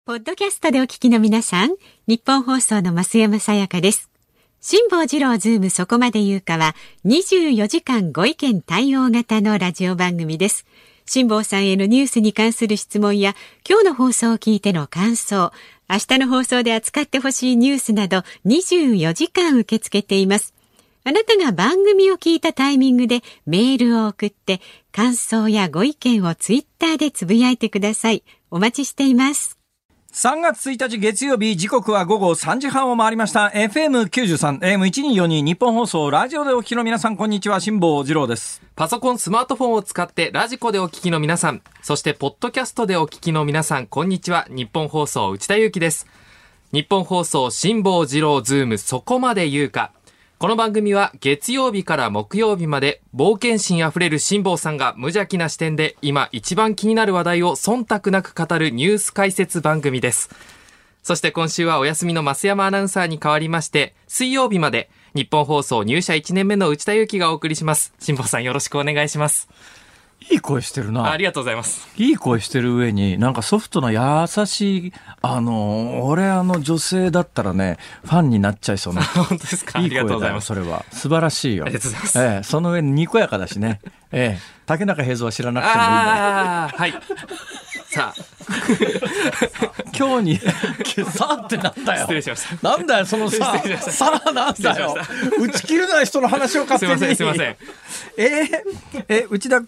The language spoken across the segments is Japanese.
ポッドキャストでお聞きの皆さん、日本放送の増山さやかです。辛坊治郎ズームそこまで言うかは24時間ご意見対応型のラジオ番組です。辛坊さんへのニュースに関する質問や今日の放送を聞いての感想、明日の放送で扱ってほしいニュースなど24時間受け付けています。あなたが番組を聞いたタイミングでメールを送って感想やご意見をツイッターでつぶやいてください。お待ちしています。 3月1日月曜日、時刻は午後3時半を回りました。 FM93 AM1242 日本放送ラジオでお聞きの皆さん、こんにちは。辛坊治郎です。 パソコンスマートフォンを使ってラジコでお聞きの皆さん、そしてポッドキャストでお聞きの皆さん、こんにちは。日本放送内田裕樹です。日本放送辛坊治郎ズームそこまで言うか。この番組は月曜日から木曜日まで冒険心あふれる辛坊さんが無邪気な視点で今一番気になる話題を忖度なく語るニュース解説番組です。そして今週はお休みの増山アナウンサーに代わりまして、水曜日まで日本放送入社1年目の内田裕樹がお送りします。辛坊さん、よろしくお願いします。 いい声してるな。 ありがとうございます。 いい声してる上になんかソフトな優しい俺女性だったらねファンになっちゃいそうな本当ですか。 いい声だよ。 ありがとうございます。 それは素晴らしいよ。 ありがとうございます。 その上ににこやかだしね。竹中平蔵は知らなくてもいいんだよ。 はい。さあ今日にさあってなんだよ。 失礼しました。 なんだよそのさあなんだよ。打ち切れない人の話を勝手に。 すいません。 内田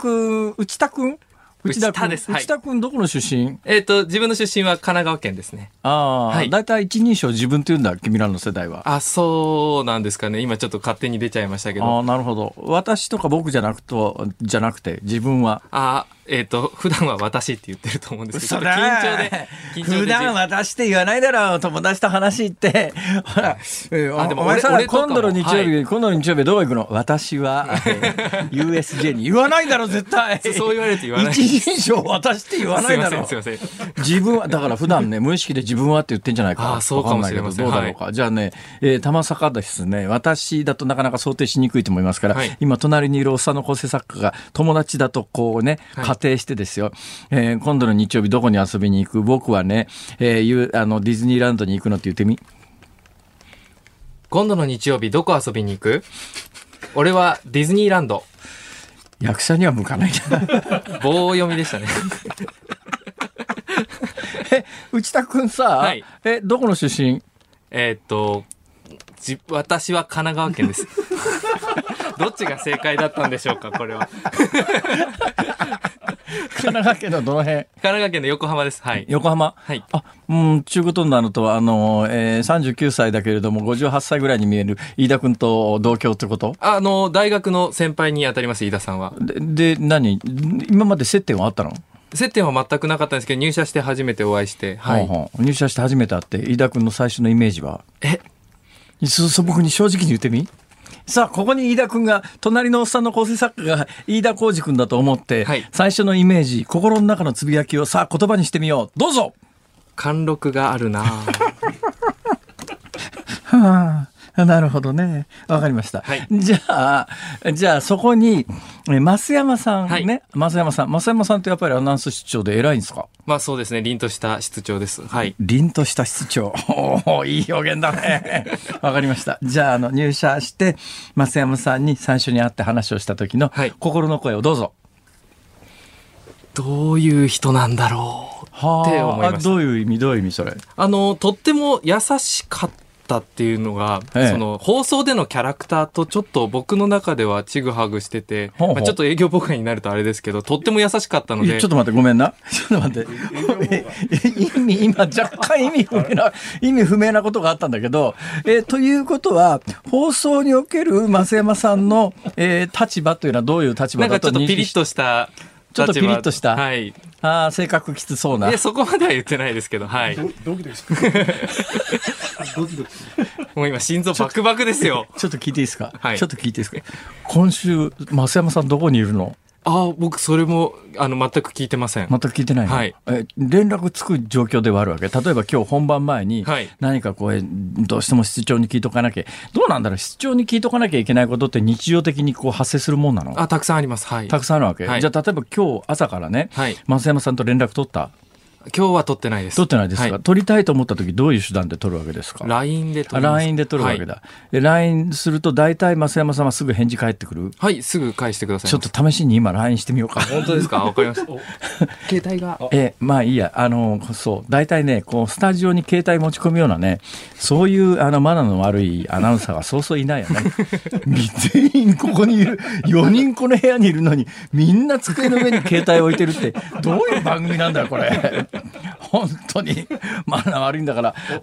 です。内田君どこの出身？ 自分の出身は神奈川県ですね。 はい。だいたい一人称自分って言うんだ、君らの世代は。 あ、そうなんですかね。今ちょっと勝手に出ちゃいましたけど。 なるほど。私とか僕じゃなくて自分は。 普段は私って言ってると思うんですけど、 緊張で普段私って言わないだろう。友達と話ってほら、でもお前さ、今度の日曜日どこ行くの？私はUSJ に言わないだろ絶対。 そう言われて言わない。 一人称私って言わないだろう。 すいません。 自分はだから普段ね無意識で自分はって言ってんじゃないか。 そうかもしれません。 どうだろうか。じゃあね、玉坂ですね。私だとなかなか想定しにくいと思いますから、今隣にいるおっさんの構成作家が友達だとこうね。仮定してですよ、今度の日曜日どこに遊びに行く？僕はね、ディズニーランドに行くのって言ってみ。 今度の日曜日どこ遊びに行く？俺はディズニーランド。 役者には向かない棒読みでしたね。 内田くんさ、どこの出身？ 私は神奈川県です。どっちが正解だったんでしょうか、これは。 神奈川県のどの辺？ 神奈川県の横浜です。はい。 横浜。 はい。 ちゅうことになると39歳だけれども58歳ぐらいに見える飯田君と同郷ってこと？ 大学の先輩に当たります、飯田さんは。 で何？今まで接点はあったの？ 接点は全くなかったんですけど、入社して初めてお会いして、はい。 入社して初めて会って飯田君の最初のイメージは？素朴に正直に言ってみ。さあここに飯田君が隣のおっさんの構成作家が飯田浩司君だと思って、最初のイメージ、心の中のつぶやきをさあ言葉にしてみよう。どうぞ。 貫禄があるな。 なるほどね。わかりました。じゃあそこに増山さんね、増山さんってやっぱりアナウンス室長で偉いんですか？ そうですね。凛とした室長です。はい。 凛とした室長。いい表現だね。わかりました。じゃあ入社して増山さんに最初に会って話をした時の心の声をどうぞ。 どういう人なんだろうって思いました。 どういう意味それ？ とっても優しかったっていうのが、その放送でのキャラクターとちょっと僕の中ではちぐはぐしてて、ちょっと営業妨害になるとあれですけど、とっても優しかったので。 ちょっと待って、ごめんな。ちょっと待って。今若干意味不明なことがあったんだけど、ということは放送における増山さんの、立場というのはどういう立場だと認識？なんかちょっとピリッとしたちょっとピリッとした、はい、性格きつそうな。 そこまでは言ってないですけど、はい。ドキドキもう今心臓バクバクですよ。 ちょっと聞いていいですか？ はい。 ちょっと聞いていいですか？今週増山さんどこにいるの？ 僕それも全く聞いてません。 全く聞いてないの？ はい。 連絡つく状況ではあるわけ？例えば今日本番前に何かこうどうしても室長に聞いとかなきゃ、どうなんだろう、室長に聞いとかなきゃいけないことって日常的にこう発生するもんなの？ たくさんあります。はい。 たくさんあるわけ？じゃあ例えば今日朝からね、増山さんと連絡取った？ 今日は取ってないです。 取ってないですか、 はい、 取りたいと思った時どういう手段で取るわけですか？ LINE で取ります。 LINE で取るわけだ。LINE すると大体増山さんはすぐ返事返ってくる？ はい、すぐ返してください。 ちょっと試しに今 LINE してみようか。 本当ですか？わかりました。携帯が。 まあいいや。そう。大体ね、こう、スタジオに携帯持ち込むようなね、そういうマナーの悪いアナウンサーはそうそういないよね。全員ここにいる、4人この部屋にいるのに、みんな机の上に携帯置いてるって、どういう番組なんだよ、これ。本当にマナー悪いんだから。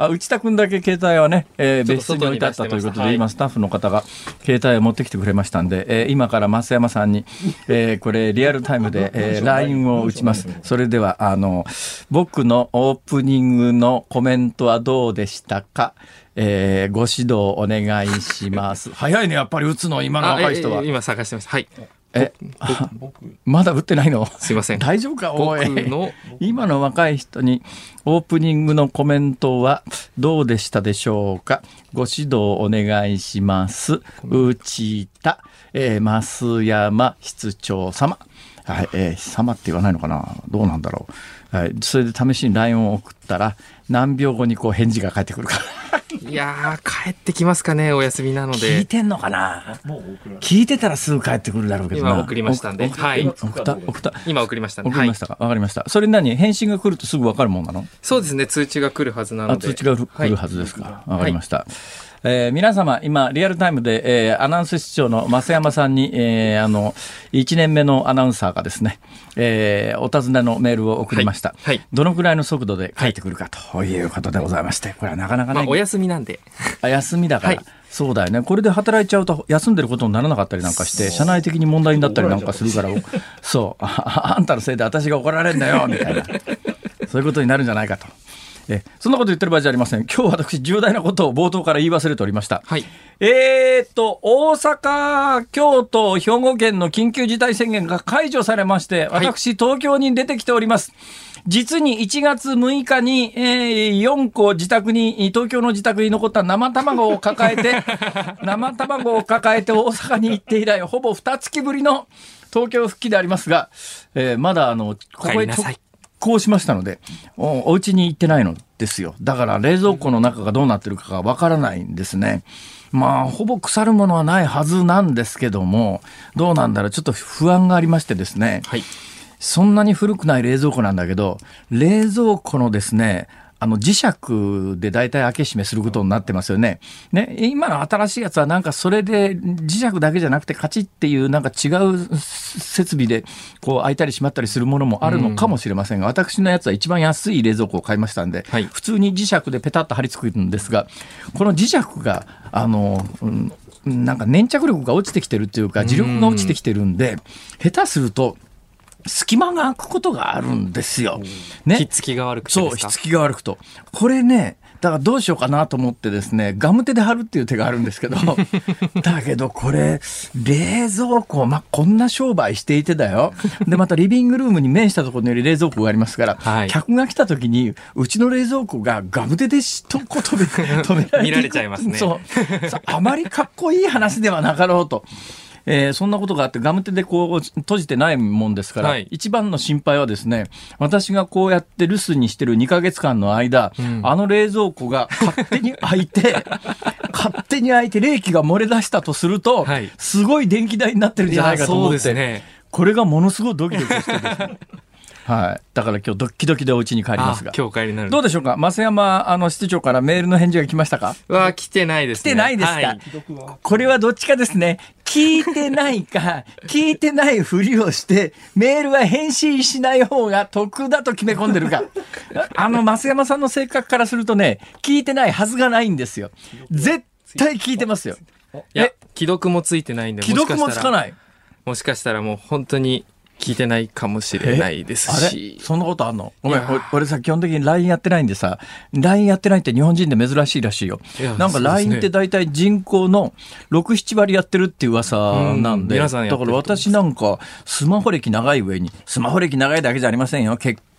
内田君だけ携帯はね、別室に置いてあったということで、今スタッフの方が携帯を持ってきてくれましたんで、今から増山さんに、これリアルタイムで、LINE を打ちます。それでは僕のオープニングのコメントはどうでしたか？ご指導お願いします。早いね、やっぱり打つの、今の若い人は。 今探してます。はい。 まだ打ってないの？ すいません。 大丈夫か？おい。今の若い人にオープニングのコメントはどうでしたでしょうか？ご指導お願いします。内田、増山室長様。はい、様って言わないのかな？どうなんだろう。はい、それで試しに LINE を送ったら何秒後にこう返事が返ってくるか。 いやー、帰ってきますかね、お休みなので。 聞いてんのかな？聞いてたらすぐ帰ってくるだろうけどな。 今送りましたんで。はい。 送った今送りましたんで。 送りましたか？わかりました。それ何？返信が来るとすぐわかるもんなの？ そうですね、通知が来るはずなので。 通知が来るはずですか？わかりました。皆様、今、リアルタイムで、アナウンス室長の増山さんに、1年目のアナウンサーがですね、お尋ねのメールを送りました。 はいはい、 どのくらいの速度で帰ってくるかということでございまして、これはなかなかね。 お休みなんで。 休みだから。はい、そうだよね。これで働いちゃうと休んでることにならなかったりなんかして、社内的に問題になったりなんかするから、そう、あんたのせいで私が怒られるんだよ、みたいな。そういうことになるんじゃないかと。そんなこと言ってる場合じゃありません。今日私重大なことを冒頭から言い忘れておりました。 はい。 大阪、京都、兵庫県の緊急事態宣言が解除されまして、私、東京に出てきております。実に1月6日に、4個東京の自宅に残った生卵を抱えて、大阪に行って以来、ほぼ2月ぶりの東京復帰でありますが、まだここへこうしましたので、お家に行ってないのですよ。だから冷蔵庫の中がどうなってるかがわからないんですね。まあほぼ腐るものはないはずなんですけども、どうなんだろう、ちょっと不安がありましてですね、 はい、 そんなに古くない冷蔵庫なんだけど、冷蔵庫のですね、磁石で大体開け閉めすることになってますよね。ね、今の新しいやつはなんかそれで磁石だけじゃなくてカチッっていうなんか違う設備でこう開いたり閉まったりするものもあるのかもしれませんが、私のやつは一番安い冷蔵庫を買いましたんで、はい、普通に磁石でペタッと貼り付くんですが、この磁石がなんか粘着力が落ちてきてるっていうか磁力が落ちてきてるんで、下手すると隙間が空くことがあるんですよ。ね。 ひっつきが悪くてですか？ そう、ひっつきが悪くと。これね、だからどうしようかなと思ってですね、ガム手で貼るっていう手があるんですけど、だけどこれ、冷蔵庫、こんな商売していてだよ。で、またリビングルームに面したところに冷蔵庫がありますから、はい、客が来た時に、うちの冷蔵庫がガム手で止められて見られちゃいますね。 そう。あまりかっこいい話ではなかろうと。そんなことがあってガム手でこう閉じてないもんですから、はい、一番の心配はですね、私がこうやって留守にしてる2ヶ月間の間、冷蔵庫が勝手に開いて冷気が漏れ出したとすると、はい、すごい電気代になってるんじゃないかと思って、そうですね、これがものすごいドキドキしてですねはい。だから今日ドキドキでお家に帰りますが。 今日帰りになる。 どうでしょうか、増山室長からメールの返事が来ましたか？ 来てないですね。 来てないですか？はい、これはどっちかですね。聞いてないか、聞いてないふりをして、メールは返信しない方が得だと決め込んでるか。増山さんの性格からするとね、聞いてないはずがないんですよ。絶対聞いてますよ。 いや、既読もついてないんで、 既読もつかない。 もしかしたらもう本当に、聞いてないかもしれないですし。 あれそんなことあんの？ごめん、俺さ、基本的に LINE やってないんでさ、LINE やってないって日本人で珍しいらしいよ。なんか LINE って大体人口の6、7割やってるっていう噂なんで、だから私なんかスマホ歴長い上に、スマホ歴長いだけじゃありませんよ。結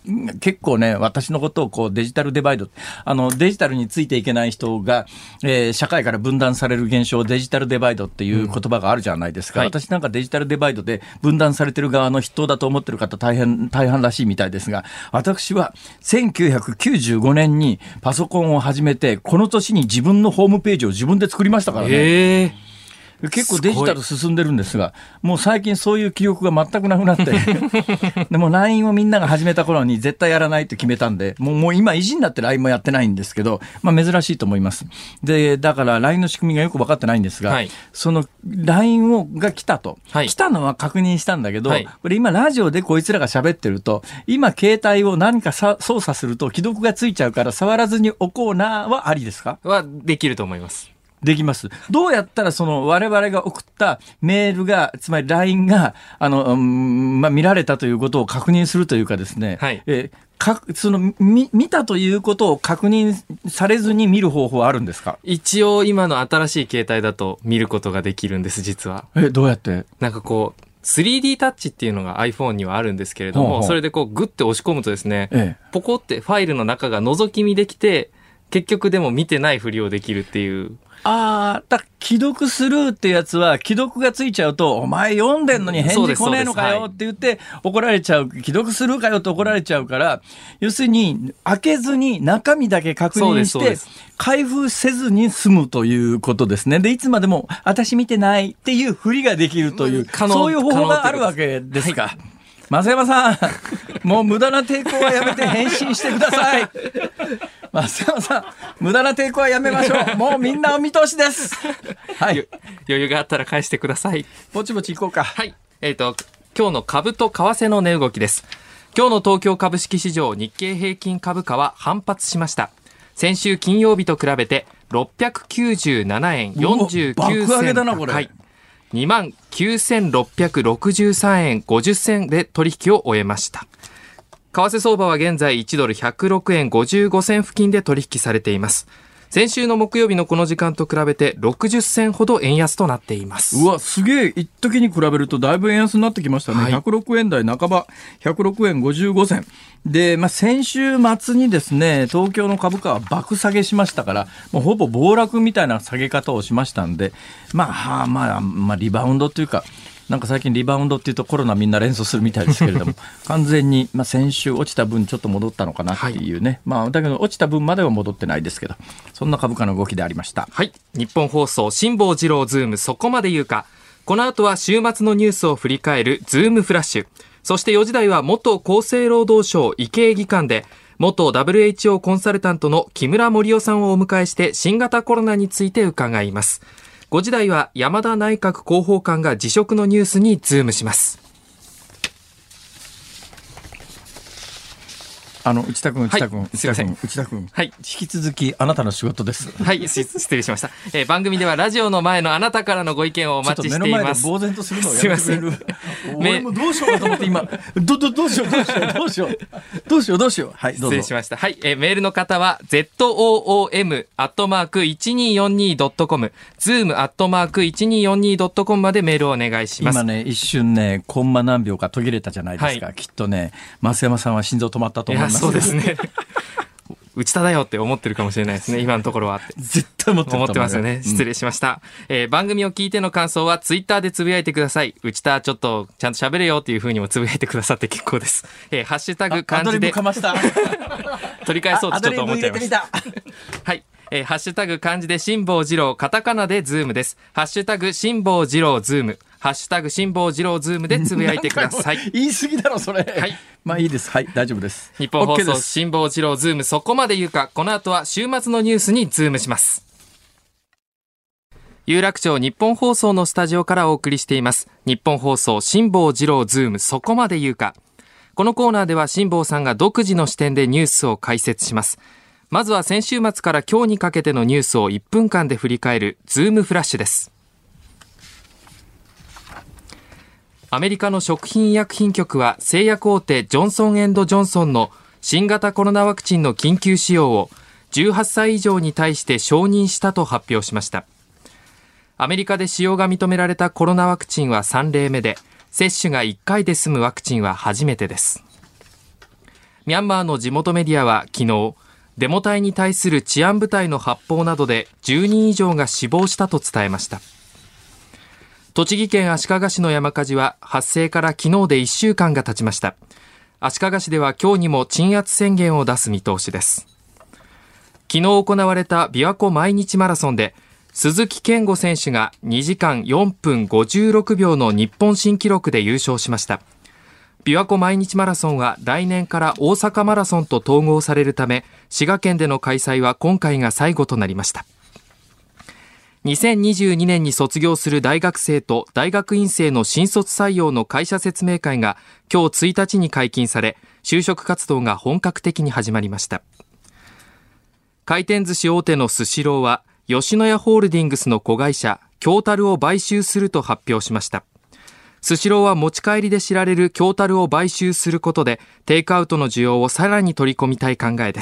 結構ね、私のことをこうデジタルデバイド、デジタルについていけない人が、社会から分断される現象、デジタルデバイドっていう言葉があるじゃないですか。 はい、 私なんかデジタルデバイドで分断されてる側の筆頭だと思ってる方大半らしいみたいですが、私は1995年にパソコンを始めて、この年に自分のホームページを自分で作りましたからね。結構デジタル進んでるんですが、もう最近そういう記憶が全くなくなってでも LINE をみんなが始めた頃に絶対やらないと決めたんで、もう今意地になって LINE もやってないんですけど、珍しいと思います。で、だから LINE の仕組みがよく分かってないんですが、その LINE が来たと、来たのは確認したんだけど、これ今ラジオでこいつらが喋ってると、今携帯を何か操作すると既読がついちゃうから触らずにおこうなはありですか？ はできると思います。 できます。どうやったらその我々が送ったメールが、つまり LINE が、見られたということを確認するというかですね、見たということを確認されずに見る方法はあるんですか？ 一応今の新しい携帯だと見ることができるんです、実は。 どうやって？ なんかこう、3D タッチっていうのが iPhone にはあるんですけれども、それでこうグッて押し込むとですね、ポコってファイルの中が覗き見できて、結局でも見てないふりをできるっていう。 既読スルーってやつは、既読がついちゃうと、お前読んでんのに返事来ねえのかよって言って怒られちゃう。既読スルーかよって怒られちゃうから、要するに開けずに中身だけ確認して、開封せずに済むということですね。で、いつまでも私見てないっていうふりができるという、そういう方法があるわけですか。増山さん、もう無駄な抵抗はやめて返信してください。増山さん、無駄な抵抗はやめましょう。もうみんなお見通しです。はい。 余裕があったら返してください。 ぼちぼち行こうか。 はい。今日の株と為替の値動きです。今日の東京株式市場、日経平均株価は反発しました。先週金曜日と比べて697円49銭爆上げだなこれ。 はい。29,663円50銭で取引を終えました。為替相場は現在1ドル106円55銭付近で取引されています。先週の木曜日のこの時間と比べて60銭ほど円安となっています。 うわ、すげえ。一時に比べるとだいぶ円安になってきましたね。106円台半ば、106円55銭。で、先週末にですね、東京の株価は爆下げしましたから、もうほぼ暴落みたいな下げ方をしましたんで、リバウンドというか、なんか最近リバウンドっていうとコロナみんな連想するみたいですけれども完全に、先週落ちた分ちょっと戻ったのかなっていうね、だけど落ちた分までは戻ってないですけど、そんな株価の動きでありました。 はい。日本放送辛坊治郎ズームそこまで言うか。この後は週末のニュースを振り返るズームフラッシュ。そして4時台は元厚生労働省医系技官で元 WHO コンサルタントの木村盛夫さんをお迎えして新型コロナについて伺います。5時台は山田内閣広報官が辞職のニュースにズームします。 内田君、 すいません。 内田君、 はい。 引き続きあなたの仕事です。 はい、失礼しました。番組ではラジオの前のあなたからのご意見をお待ちしています。 ちょっと目の前で呆然とするのをやめてくれる。俺もどうしようかと思って今、どうしよう。はい、どうぞ。 失礼しました。はい、メールの方は zoom@1242.com、zoom@1242.com までメールをお願いします。 今ね、一瞬ね、コンマ何秒か途切れたじゃないですか。きっとね、増山さんは心臓止まったと思います。 そうですね。内田だよって思ってるかもしれないですね、今のところはって。 絶対思ってますよね。失礼しました。番組を聞いての感想はツイッターでつぶやいてください。内田ちょっとちゃんと喋れよっていう風にもつぶやいてくださって結構です。ハッシュタグ漢字で取り返そうとちょっと思っちゃいました。はい。ハッシュタグ漢字で辛坊治郎、カタカナでズームです。ハッシュタグ辛坊治郎ズーム、ハッシュタグ辛坊治郎ズームでつぶやいてください。 言い過ぎだろそれ。はい。いいです。はい、大丈夫です。 日本放送辛坊治郎ズームそこまで言うか。この後は週末のニュースにズームします。有楽町日本放送のスタジオからお送りしています。日本放送辛坊治郎ズームそこまで言うか。このコーナーでは辛坊さんが独自の視点でニュースを解説します。まずは先週末から今日にかけてのニュースを1分間で振り返るズームフラッシュです。アメリカの食品医薬品局は製薬大手ジョンソン&ジョンソンの新型コロナワクチンの緊急使用を18歳以上に対して承認したと発表しました。アメリカで使用が認められたコロナワクチンは3例目で、接種が1回で済むワクチンは初めてです。 ミャンマーの地元メディアは昨日、デモ隊に対する治安部隊の発砲などで10人以上が死亡したと伝えました。栃木県足利市の山火事は発生から昨日で1週間が経ちました。足利市では今日にも鎮圧宣言を出す見通しです。昨日行われた琵琶湖毎日マラソンで鈴木健吾選手が2時間4分56秒の日本新記録で優勝しました。琵琶湖毎日マラソンは来年から大阪マラソンと統合されるため、滋賀県での開催は今回が最後となりました。2022年に卒業する大学生と大学院生の新卒採用の会社説明会が今日1日に解禁され、就職活動が本格的に始まりました。回転寿司大手のスシローは吉野家ホールディングスの子会社京樽を買収すると発表しました。スシローは持ち帰りで知られる京樽を買収することでテイクアウトの需要をさらに取り込みたい考えです。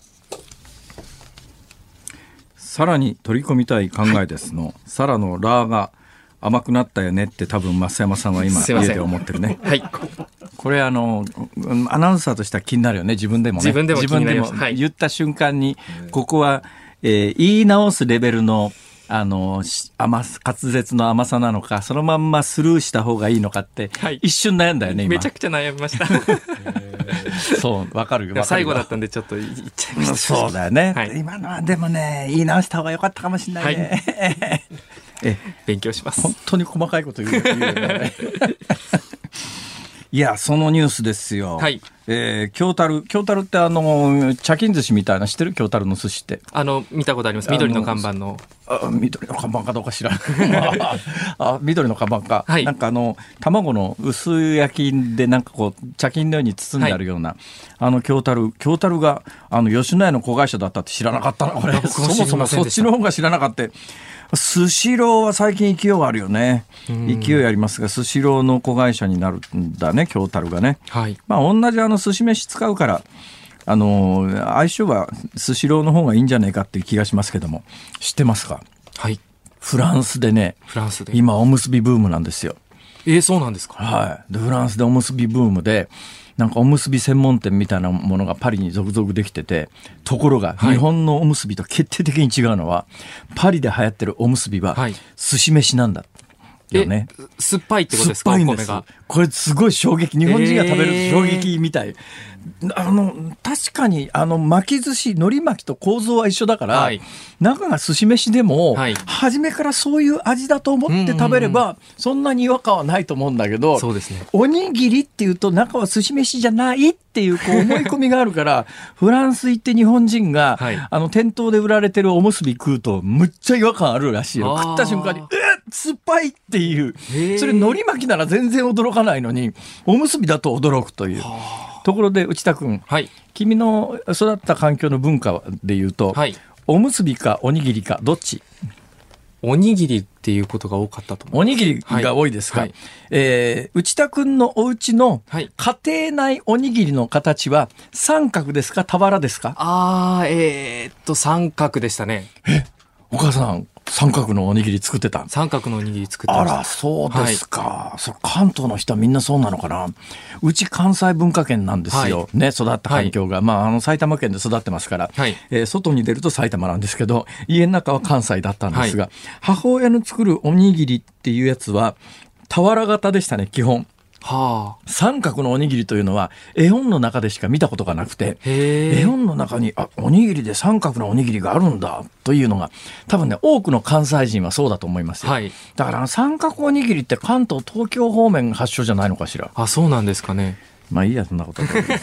さらに取り込みたい考えですの、サラのラーが甘くなったよねって多分増山さんは今家で思ってるね。はい、これアナウンサーとしては気になるよね。自分でもね、自分でも言った瞬間にここは、言い直すレベルの滑舌の甘さなのか、そのまんまスルーした方がいいのかって、一瞬悩んだよね今。 めちゃくちゃ悩みましたそうわかるよ。 最後だったんでちょっと言っちゃいました。 そうだよね、今のはでもね言い直した方が良かったかもしれないね、 勉強します。 本当に細かいこと言うよねいやそのニュースですよ。京樽って茶巾寿司みたいな知ってる？京樽の寿司って見たことあります。緑の看板の。 緑の看板かどうか知らない緑の看板か、なんか卵の薄焼きでなんかこう茶巾のように包んであるような、京樽が吉野家の子会社だったって知らなかったなこれ。そもそもそっちの方が知らなかった。スシローは最近勢いあるよね。勢いありますが、スシローの子会社になるんだね、京樽がね。同じ寿司飯使うから相性はスシローの方がいいんじゃないかっていう気がしますけども、知ってますか？フランスでね、今おむすびブームなんですよ。 そうなんですか？ でフランスでおむすびブームで、なんかおむすび専門店みたいなものがパリに続々できてて、ところが日本のおむすびと決定的に違うのは、パリで流行ってるおむすびは寿司飯なんだよね。 酸っぱいってことですか？ 酸っぱいんです。これすごい衝撃。日本人が食べる衝撃みたい。確かに巻き寿司、海苔巻きと構造は一緒だから、中が寿司飯でも、初めからそういう味だと思って食べれば、そんなに違和感はないと思うんだけど、 そうですね、 おにぎりっていうと中は寿司飯じゃないっていう思い込みがあるからフランス行って日本人が、店頭で売られてるおむすび食うとむっちゃ違和感あるらしいよ。食った瞬間に酸っぱいっていう。それ海苔巻きなら全然驚かないのに、おむすびだと驚くというところで、内田君、君の育った環境の文化でいうと、おむすびかおにぎりかどっち？ おにぎりっていうことが多かったと思う。 おにぎりが多いですか？内田君のお家の家庭内おにぎりの形は三角ですか俵ですか？ 三角でしたね。 お母さん三角のおにぎり作ってた？ 三角のおにぎり作ってました。 あら、そうですか。関東の人はみんなそうなのかな。うち関西文化圏なんですよ、ね、育った環境が、埼玉県で育ってますから、外に出ると埼玉なんですけど、家の中は関西だったんですが、母親の作るおにぎりっていうやつは俵型でしたね、基本。三角のおにぎりというのは絵本の中でしか見たことがなくて、絵本の中におにぎりで三角のおにぎりがあるんだというのが多分ね、多くの関西人はそうだと思いますよ、だから三角おにぎりって関東、東京方面発祥じゃないのかしら。 そうなんですかね。 まあいいや、そんなこと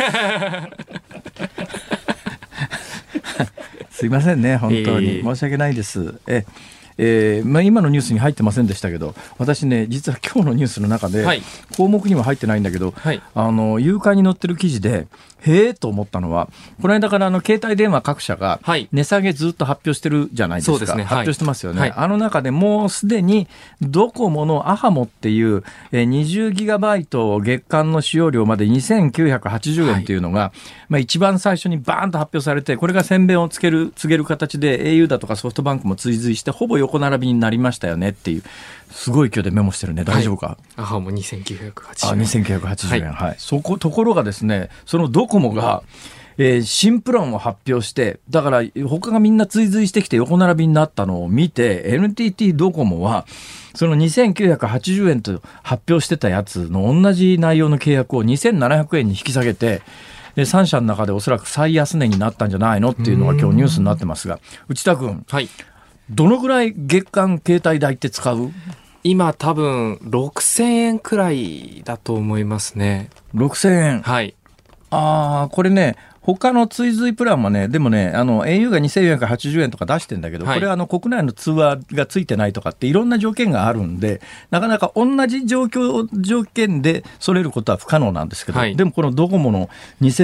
すいませんね、本当に申し訳ないです。今のニュースに入ってませんでしたけど、私ね、実は今日のニュースの中で、項目には入ってないんだけど、夕刊に載ってる記事でへえと思ったのは、この間から携帯電話各社が値下げずっと発表してるじゃないですか。発表してますよね、あの中でもうすでにドコモのアハモっていう20ギガバイト月間の使用量まで2980円っていうのが、一番最初にバーンと発表されて、これが先鞭を告げる形で au だとかソフトバンクも追随してほぼ横横並びになりましたよねっていう、すごい勢いでメモしてるね。大丈夫か？ はい、もう2980円。 2980円。はい。ところがですね、そのドコモが、新プランを発表して、だから他がみんな追随してきて横並びになったのを見て、 NTT ドコモはその2980円と発表してたやつの同じ内容の契約を2700円に引き下げて、3社の中でおそらく最安値になったんじゃないのっていうのが今日ニュースになってますが、内田君、 はい、 どのぐらい月間携帯代って使う？ 今多分6000円くらいだと思いますね。 6000円。 はい。 これね、他の追随プランはね、でもね、au が2480円とか出してんだけど、 はい、 これは国内の通話がついてないとかっていろんな条件があるんで、なかなか同じ条件でそれることは不可能なんですけど、はい、でもこのドコモの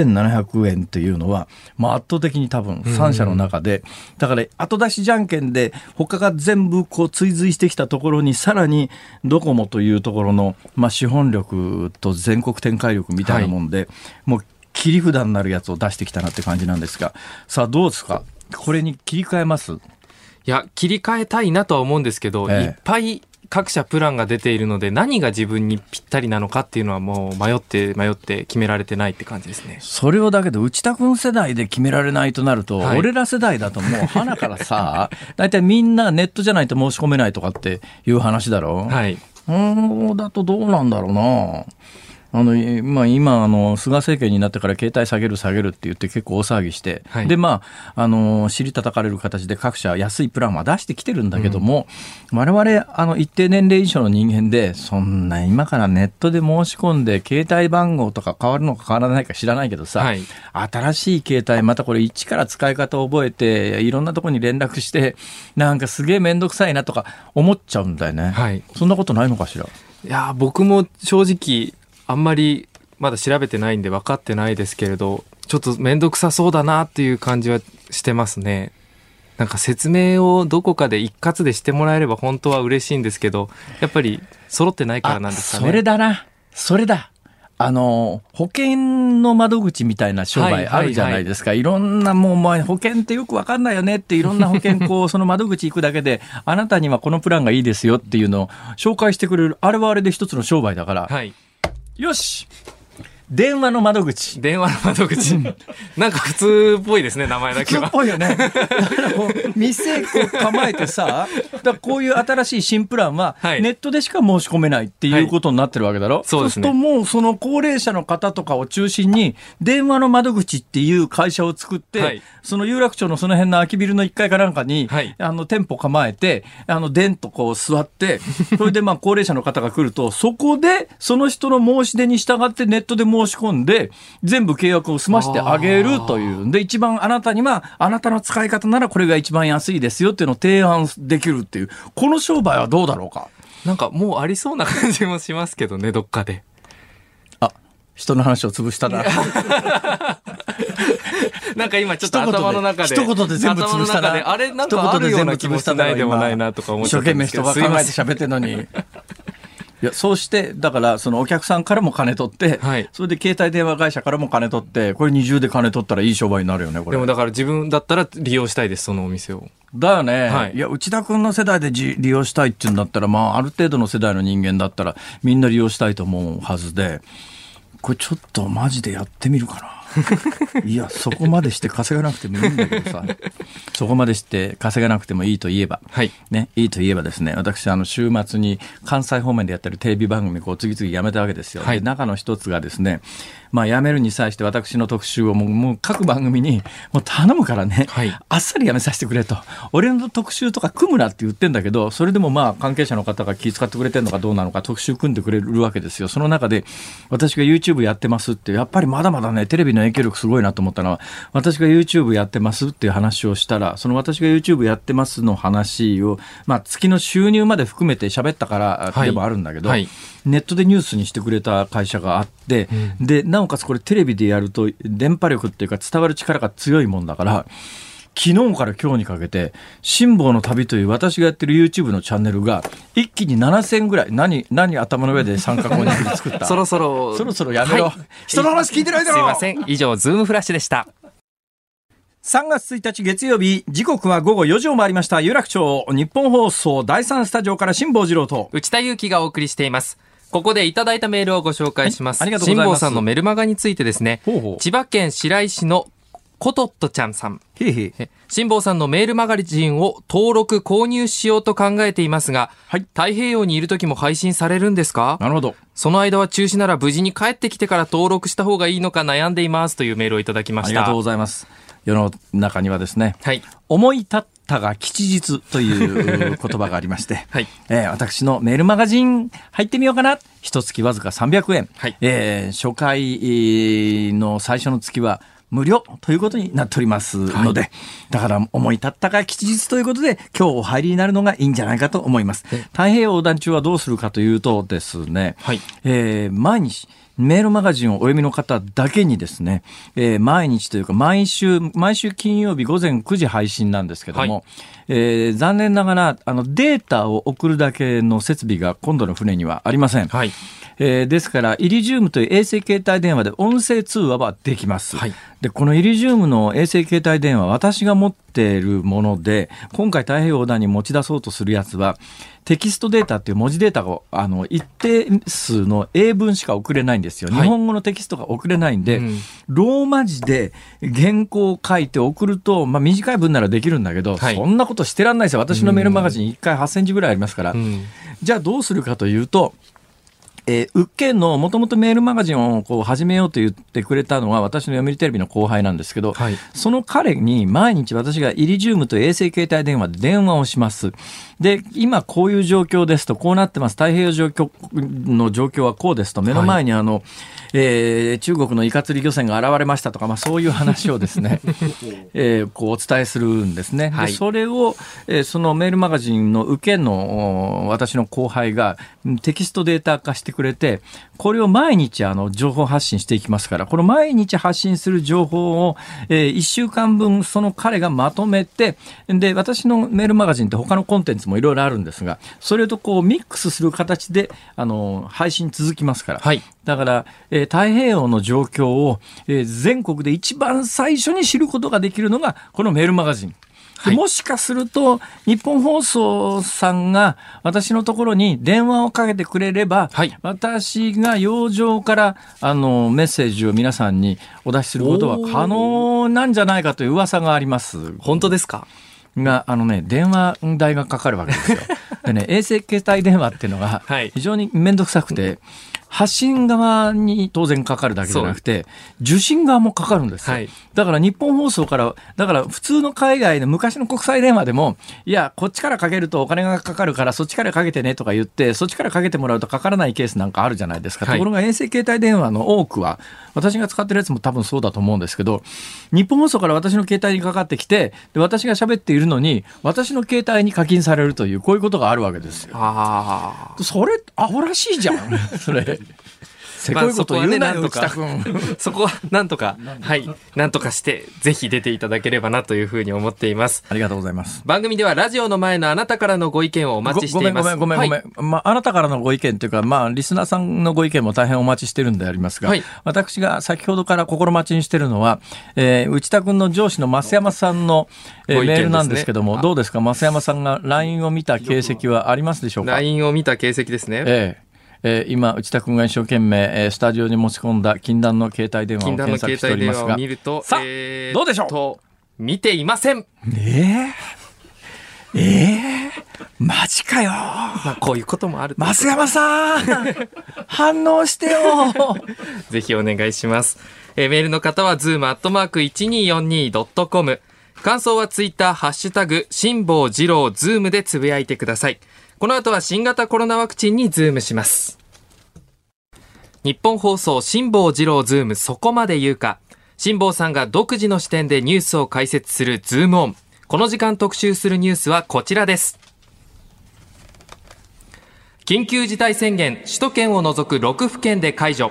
2700円っていうのは、圧倒的に多分3社の中で、だから後出しじゃんけんで他が全部こう追随してきたところにさらにドコモというところの、資本力と全国展開力みたいなもんで、はい、もう切り札になるやつを出してきたなって感じなんですが、さあどうですか、これに切り替えます？いや、切り替えたいなとは思うんですけど、いっぱい各社プランが出ているので、何が自分にぴったりなのかっていうのはもう迷って決められてないって感じですね。 それをだけど内田君世代で決められないとなると、 はい、 俺ら世代だともう花からさだいたいみんなネットじゃないと申し込めないとかっていう話だろ。 はい。 だとどうなんだろうな。今菅政権になってから携帯下げるって言って結構大騒ぎして、はい、で尻叩かれる形で各社安いプランは出してきてるんだけども、我々一定年齢以上の人間でそんな今からネットで申し込んで携帯番号とか変わるのか変わらないか知らないけどさ、はい、新しい携帯またこれ一から使い方を覚えていろんなところに連絡してなんかすげえめんどくさいなとか思っちゃうんだよね、はい、そんなことないのかしら。 いや僕も正直あんまりまだ調べてないんで分かってないですけれど、ちょっとめんどくさそうだなっていう感じはしてますね。なんか説明をどこかで一括でしてもらえれば本当は嬉しいんですけど、やっぱり揃ってないからなんですかね。 それだな、それだ。保険の窓口みたいな商売あるじゃないですか。いろんなもう保険ってよく分かんないよねっていろんな保険その窓口行くだけであなたにはこのプランがいいですよっていうのを紹介してくれる、あれはあれで一つの商売だから、はい、よし、電話の窓口なんか普通っぽいですね、名前だけは。 普通っぽいよね。だからこう店構えてさ、だからこういう新しい新プランはネットでしか申し込めないっていうことになってるわけだろ、はい、そうするともうその高齢者の方とかを中心に電話の窓口っていう会社を作って、はい、その有楽町のその辺の空きビルの1階かなんかに、はい、店舗構えてでんとこう座ってそれで高齢者の方が来るとそこでその人の申し出に従ってネットで申し込んで全部契約を済ましてあげるという。で一番あなたにはあなたの使い方ならこれが一番安いですよっていうのを提案できるっていう、この商売はどうだろうか。 なんかもうありそうな感じもしますけどね、どっかで。 人の話を潰したな。 なんか今ちょっと頭の中で一言で全部潰したな。 あれなんかあるような気もしないでもないなとか思っちゃったんですけど、 一生懸命人が考えて喋ってんのに。いやそうしてだからそのお客さんからも金取って、はい、それで携帯電話会社からも金取ってこれ二重で金取ったらいい商売になるよねこれ。 でもだから自分だったら利用したいです、そのお店を。 だよね、はい、いや内田君の世代で利用したいっていうんだったら、ある程度の世代の人間だったらみんな利用したいと思うはずで、これちょっとマジでやってみるかな。いやそこまでして稼がなくてもいいんだけどさそこまでして稼がなくてもいいと言えば、はいね、いいと言えばですね、私週末に関西方面でやってるテレビ番組を次々やめたわけですよ、はい、で中の一つがですね、やめるに際して私の特集をもう各番組にもう頼むからね、はい、あっさりやめさせてくれと。俺の特集とか組むなって言ってんだけど、それでも関係者の方が気遣ってくれてるのかどうなのか特集組んでくれるわけですよ。その中で私が YouTube やってますって、やっぱりまだまだねテレビの影響力すごいなと思ったのは、私が YouTube やってますっていう話をしたら、その私が YouTube やってますの話を、月の収入まで含めて喋ったからでもあるんだけど、はいはい、ネットでニュースにしてくれた会社があって、でなおかつこれテレビでやると電波力っていうか伝わる力が強いもんだから、昨日から今日にかけて辛坊の旅という私がやってる YouTube のチャンネルが一気に7000ぐらい。何頭の上で三角に作ったそろそろやめろ、はい、人の話聞いてないだろ。 すいません、以上ズームフラッシュでした。 3月1日月曜日、時刻は午後4時を回りました。有楽町日本放送第3スタジオから辛坊治郎と内田裕樹がお送りしています。ここでいただいたメールをご紹介します。 ありがとうございます。 辛坊さんのメルマガについてですね。千葉県白井市のコトットちゃんさん。辛坊さんのメールマガジンを登録購入しようと考えていますが、太平洋にいる時も配信されるんですか？ なるほど。 その間は中止なら無事に帰ってきてから登録した方がいいのか悩んでいますというメールをいただきました。 ありがとうございます。世の中にはですね、 はい、 思い立ったが吉日という言葉がありまして、 はい、 私のメールマガジン入ってみようかな。一月わずか300円、 はい、 初回の最初の月は無料ということになっておりますので、はい、だから思い立ったが吉日ということで今日お入りになるのがいいんじゃないかと思います。太平洋横断中はどうするかというとですね、 はい、 毎日メールマガジンをお読みの方だけにですね、毎日というか毎週金曜日午前9時配信なんですけども、はい、残念ながらデータを送るだけの設備が今度の船にはありません。はい、ですからイリジウムという衛星携帯電話で音声通話はできます。はい、でこのイリジウムの衛星携帯電話、私が持っているもので、今回太平洋横断に持ち出そうとするやつはテキストデータっていう文字データが一定数の英文しか送れないんですよ。はい、日本語のテキストが送れないんで、ローマ字で原稿を書いて送ると、短い文ならできるんだけど、はい、そんなことしてらんないですよ。私のメールマガジン1回8センチぐらいありますから、じゃあどうするかというと、ウッケンのもともとメールマガジンを始めようと言ってくれたのは私の読売テレビの後輩なんですけど、はい、その彼に毎日私がイリジウムという衛星携帯電話で電話をします。で、今こういう状況ですと、こうなってます。太平洋の状況はこうですと、目の前に中国のイカ釣り漁船が現れましたとか、そういう話をですね、こうお伝えするんですね。はい、でそれを、そのメールマガジンのウッケンの私の後輩がテキストデータ化してくれて、これを毎日情報発信していきますから、この毎日発信する情報を、1週間分その彼がまとめて、で私のメールマガジンって他のコンテンツもいろいろあるんですが、それとこうミックスする形で配信続きますから、はい、だから、太平洋の状況を、全国で一番最初に知ることができるのがこのメールマガジン。はい、もしかすると日本放送さんが私のところに電話をかけてくれれば、はい、私が洋上からメッセージを皆さんにお出しすることは可能なんじゃないかという噂があります。 本当ですか？ が電話代がかかるわけですよ。でね、衛星携帯電話っていうのが非常に面倒くさくて、発信側に当然かかるだけじゃなくて受信側もかかるんですよ。はい、だから日本放送からだから普通の海外の昔の国際電話でも、いやこっちからかけるとお金がかかるからそっちからかけてねとか言って、そっちからかけてもらうとかからないケースなんかあるじゃないですか。はい、ところが衛星携帯電話の多くは、私が使ってるやつも多分そうだと思うんですけど、日本放送から私の携帯にかかってきて、で私が喋っているのに私の携帯に課金されるという、こういうことがあるわけですよ。それアホらしいじゃん。それせこいこと言うなよ、内田君。 そこはなんとか、はい、なんとかしてぜひ出ていただければなというふうに思っています。 ありがとうございます。 番組ではラジオの前のあなたからのご意見をお待ちしています。 ごめん、はい、あなたからのご意見というか、リスナーさんのご意見も大変お待ちしてるんでありますが、はい、私が先ほどから心待ちにしてるのは、内田君の上司の増山さんの、メールなんですけども、どうですか、増山さんが LINE を見た形跡はありますでしょうか。 LINE を見た形跡ですね。 今内田君が一生懸命、スタジオに持ち込んだ禁断の携帯電話を検索しておりますが、 見ると、 さあ、どうでしょう。見ていません。 マジかよ。 こういうこともある。 増山さん反応してよ。 ぜひお願いします。メールの方は zoom@1242.com、 感想はツイッターハッシュタグ辛坊治郎ズームでつぶやいてください。この後は新型コロナワクチンにズームします。日本放送辛坊治郎ズームそこまで言うか。辛坊さんが独自の視点でニュースを解説するズームオン。この時間特集するニュースはこちらです。緊急事態宣言、首都圏を除く6府県で解除。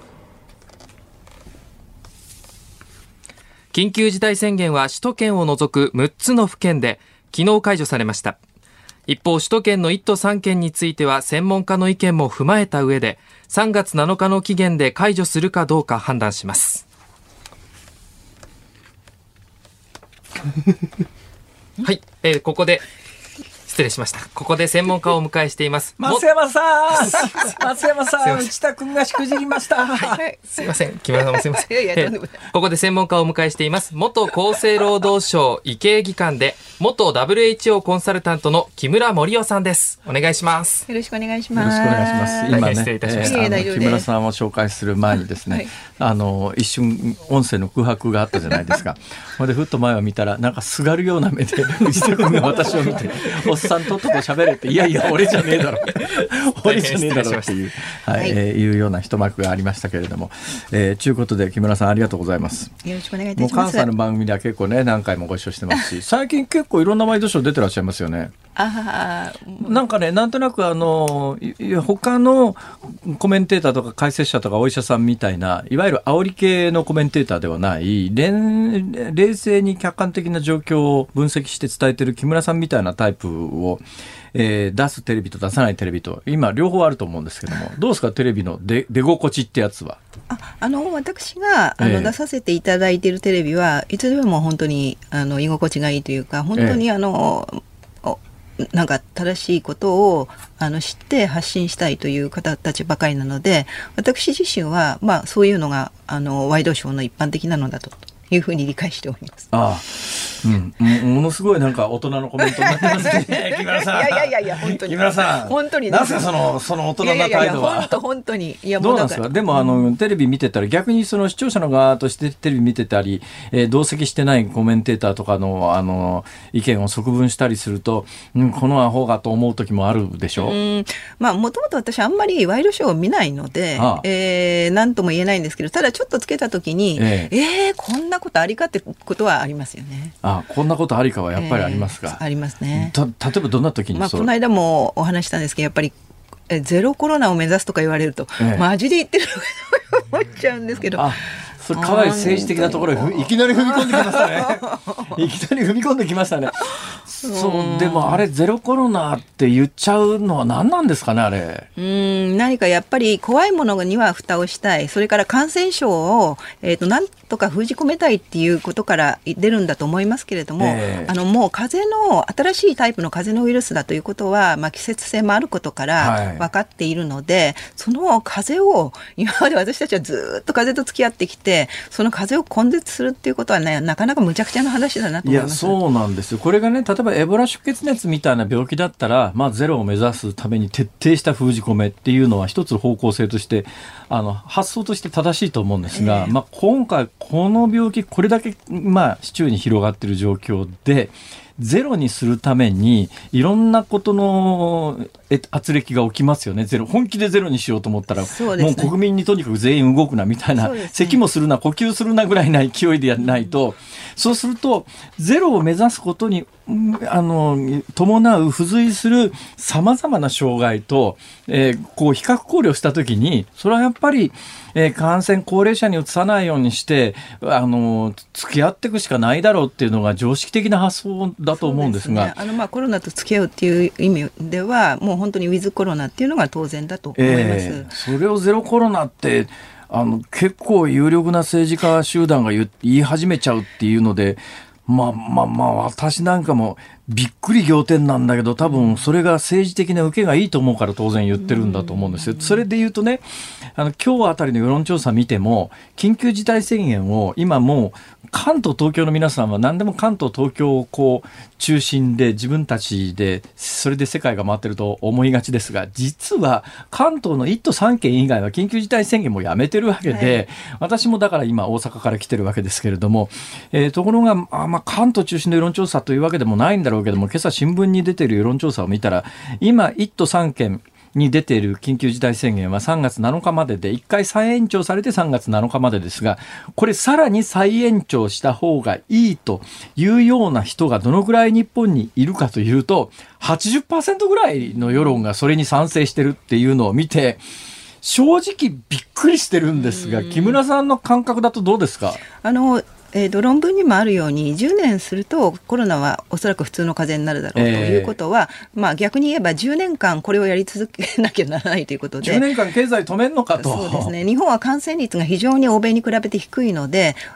緊急事態宣言は首都圏を除く6つの府県で昨日解除されました。一方、首都圏の1都3県については専門家の意見も踏まえた上で3月7日の期限で解除するかどうか判断します。 はい、ここで失礼しました。ここで専門家をお迎えしています。 松山さん松山さん、内田君がしくじりました。 はい、すいません、木村さんもすいません。ここで専門家をお迎えしています。元厚生労働省医系技官で元 WHO コンサルタントの木村盛夫さんです。お願いします。 よろしくお願いします。 よろしくお願いします。今ね、 失礼いたしました。 木村さんを紹介する前にですね、一瞬音声の空白があったじゃないですか。ほんでふっと前を見たら、なんかすがるような目で内田君が私を見て、おっさんとっとと喋れって、いやいや俺じゃねえだろ俺じゃねえだろっていう、いうような一幕がありましたけれども、ということで木村さんありがとうございます。 よろしくお願いいたします。 もう関西の番組では結構ね、何回もご一緒してますし、最近結構いろんなワイドショー出てらっしゃいますよね。なんかね、なんとなく他のコメンテーターとか解説者とかお医者さんみたいな、いわゆる煽り系のコメンテーターではない、冷静に客観的な状況を分析して伝えてる木村さんみたいなタイプを、出すテレビと出さないテレビと今両方あると思うんですけども、どうですか、テレビの出心地ってやつは。 私が出させていただいているテレビはいつでも本当に居心地がいいというか、本当になんか正しいことを知って発信したいという方たちばかりなので、私自身はそういうのがワイドショーの一般的なのだというふうに理解しております。 ものすごいなんか大人のコメントになってますね。木村さん。 いや本当に。 木村さん。 本当に。 なんすかその大人な態度は。 本当に。 どうなんですか。でもテレビ見てたら、逆にその視聴者の側としてテレビ見てたり、同席してないコメンテーターとかの意見を側聞したりすると、このアホがと思う時もあるでしょ。 もともと私あんまりワイドショーを見ないので、なんとも言えないんですけど、ただちょっとつけた時に、こんなことありかってことはありますよね。 こんなことありかはやっぱりありますか。 ありますね。 例えばどんな時にこの間もお話したんですけど、やっぱりゼロコロナを目指すとか言われると、マジで言ってるのかと思っちゃうんですけど。 それかなり政治的なところにいきなり踏み込んできましたね。いきなり踏み込んできましたね。でもあれゼロコロナって言っちゃうのは何なんですかね、あれ。 何かやっぱり怖いものには蓋をしたい。それから感染症を、なんとか封じ込めたいっていうことから出るんだと思いますけれども、もう新しいタイプの風邪のウイルスだということは、季節性もあることから分かっているので、その風邪を今まで私たちはずっと風邪と付き合ってきて、その風邪を根絶するっていうことはね、なかなか無茶苦茶な話だなと思います。 そうなんですよ。これがね、例えばエボラ出血熱みたいな病気だったら、ゼロを目指すために徹底した封じ込めっていうのは一つ方向性として発想として正しいと思うんですが、今回この病気これだけ市中に広がっている状況で、ゼロにするためにいろんなことの圧力が起きますよね。本気でゼロにしようと思ったら、もう国民にとにかく全員動くなみたいな、咳もするな呼吸するなぐらいな勢いでやらないと、そうするとゼロを目指すことに伴う付随するさまざまな障害と、比較考慮したときに、それはやっぱり、感染高齢者にうつさないようにして付き合っていくしかないだろうっていうのが常識的な発想だと思うんですが、 コロナと付き合うっていう意味ではもう本当にウィズコロナっていうのが当然だと思います。 それをゼロコロナって結構有力な政治家集団が言い始めちゃうっていうので、私なんかもびっくり仰天なんだけど、多分それが政治的な受けがいいと思うから当然言ってるんだと思うんですよ。それで言うとね、今日あたりの世論調査見ても、緊急事態宣言を今もう関東東京の皆さんは何でも関東東京を中心で自分たちでそれで世界が回ってると思いがちですが、実は関東の1都3県以外は緊急事態宣言もやめてるわけで、私もだから今大阪から来てるわけですけれども、ところが関東中心の世論調査というわけでもないんだろうけども、今朝新聞に出ている世論調査を見たら、今1都3県に出ている緊急事態宣言は3月7日までで、1回再延長されて3月7日までですが、これさらに再延長した方がいいというような人がどのくらい日本にいるかというと、80% ぐらいの世論がそれに賛成してるっていうのを見て、正直びっくりしてるんですが、木村さんの感覚だとどうですか？ 論文にもあるように10年するとコロナはおそらく普通の風邪になるだろうということは、逆に言えば10年間これをやり続けなきゃならないということで、 10年間経済止めるのかと。 そうですね。日本は感染率が非常に欧米に比べて低いので、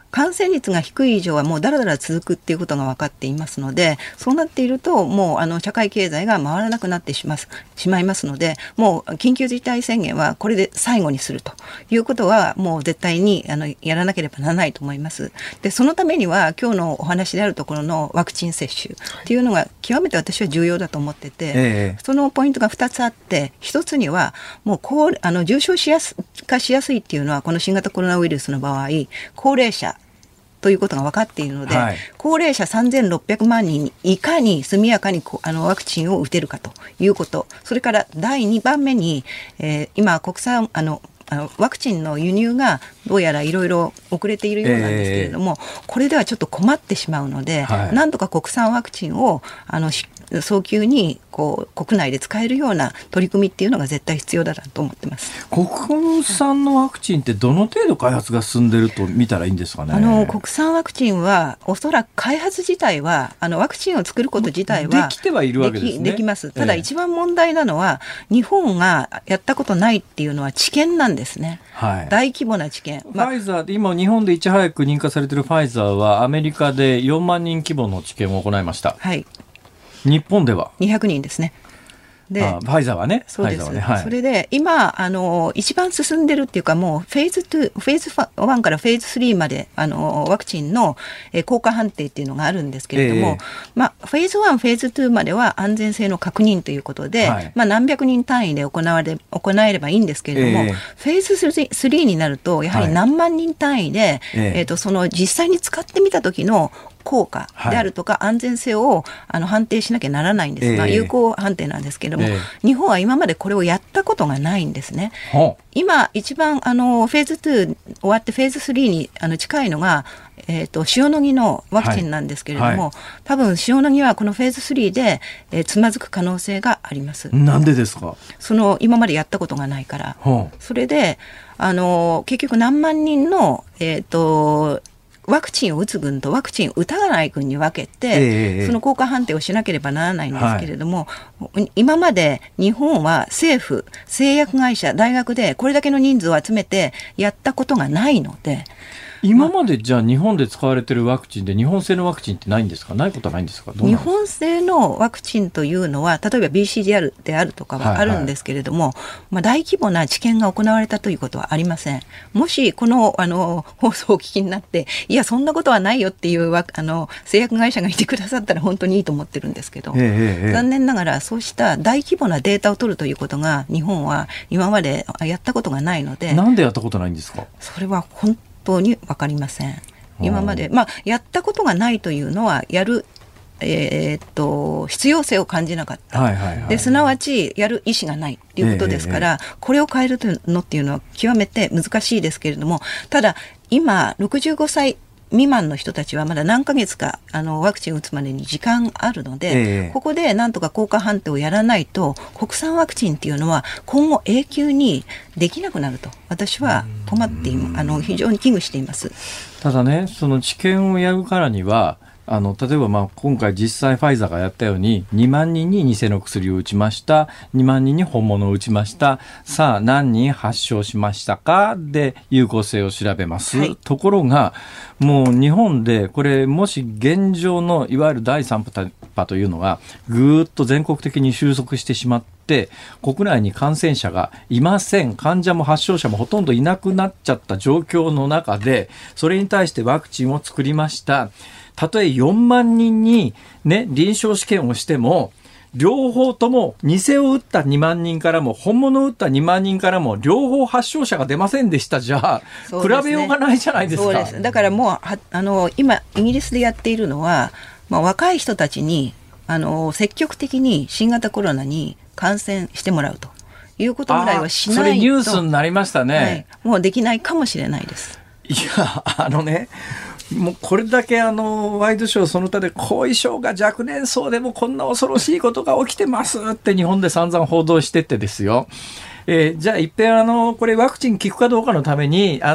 感染率が低い以上はもうだらだら続くっていうことが分かっていますので、そうなっているともう社会経済が回らなくなってしまいますので、もう緊急事態宣言はこれで最後にするということはもう絶対にやらなければならないと思います。でそのためには今日のお話であるところのワクチン接種っていうのが極めて私は重要だと思ってて、そのポイントが2つあって、1つにはもう重症化しやすいっていうのはこの新型コロナウイルスの場合高齢者ということが分かっているので、高齢者3600万人にいかに速やかにワクチンを打てるかということ、それから第2番目に、今国産ワクチンの輸入がどうやらいろいろ遅れているようなんですけれども、これではちょっと困ってしまうので、なんとか国産ワクチンを早急に国内で使えるような取り組みっていうのが絶対必要だなと思ってます。 国産のワクチンってどの程度開発が進んでると見たらいいんですかね。 国産ワクチンはおそらく開発自体はワクチンを作ること自体はできてはいるわけですね。 できます。ただ一番問題なのは、日本がやったことないっていうのは治験なんですね。大規模な治験。 ファイザーで今日本でいち早く認可されているファイザーはアメリカで4万人規模の治験を行いました。日本では 200人ですね。でファイザーはね。 そうです。それで今一番進んでるっていうか、もうフェーズ1からフェーズ3までワクチンの効果判定っていうのがあるんですけれども、フェーズ1、フェーズ2までは安全性の確認ということで、何百人単位で行えればいいんですけれども、フェーズ3になるとやはり何万人単位で、その実際に使ってみた時の効果であるとか安全性を判定しなきゃならないんですが、有効判定なんですけれども、日本は今までこれをやったことがないんですね。今一番フェーズ2終わってフェーズ3に近いのが、塩野義のワクチンなんですけれども、多分塩野義はこのフェーズ3で、つまずく可能性があります。 なんでですか？ 今までやったことがないから。それで結局何万人のワクチンを打つ群とワクチンを打たない群に分けて、その効果判定をしなければならないんですけれども、今まで日本は政府、製薬会社、大学でこれだけの人数を集めてやったことがないので、 今までじゃあ日本で使われているワクチンで日本製のワクチンってないんですか？ないことはないんですか？ 日本製のワクチンというのは例えば BCG であるとかはあるんですけれども、大規模な治験が行われたということはありません。もしこの放送をお聞きになって、いやそんなことはないよっていう製薬会社がいてくださったら本当にいいと思ってるんですけど、残念ながらそうした大規模なデータを取るということが日本は今までやったことがないので。 なんでやったことないんですか？ それは本当に分かりません。今まで、やったことがないというのはやる、必要性を感じなかった、ですなわちやる意思がないということですから、これを変えるのっていうのは極めて難しいですけれども、ただ今65歳未満の人たちはまだ何ヶ月かワクチンを打つまでに時間あるので、ここでなんとか効果判定をやらないと国産ワクチンっていうのは今後永久にできなくなると私は困って非常に危惧しています。 ただね、その治験をやるからには例えば今回実際ファイザーがやったように2万人に偽の薬を打ちました、2万人に本物を打ちました、さあ何人発症しましたかで有効性を調べます、ところがもう日本でこれもし現状のいわゆる第3波というのがぐーっと全国的に収束してしまって国内に感染者がいません、患者も発症者もほとんどいなくなっちゃった状況の中で、それに対してワクチンを作りました。たとえ4万人に、臨床試験をしても両方とも偽を打った2万人からも本物を打った2万人からも両方発症者が出ませんでした。じゃあ、比べようがないじゃないですか。 そうです。だからもう今イギリスでやっているのは、若い人たちに積極的に新型コロナに感染してもらうということぐらいはしないと、 それニュースになりましたね、 もうできないかもしれないです。 いやもうこれだけワイドショーその他で後遺症が若年層でもこんな恐ろしいことが起きてますって日本で散々報道しててですよ。 じゃあ一遍これワクチン効くかどうかのためにじゃあ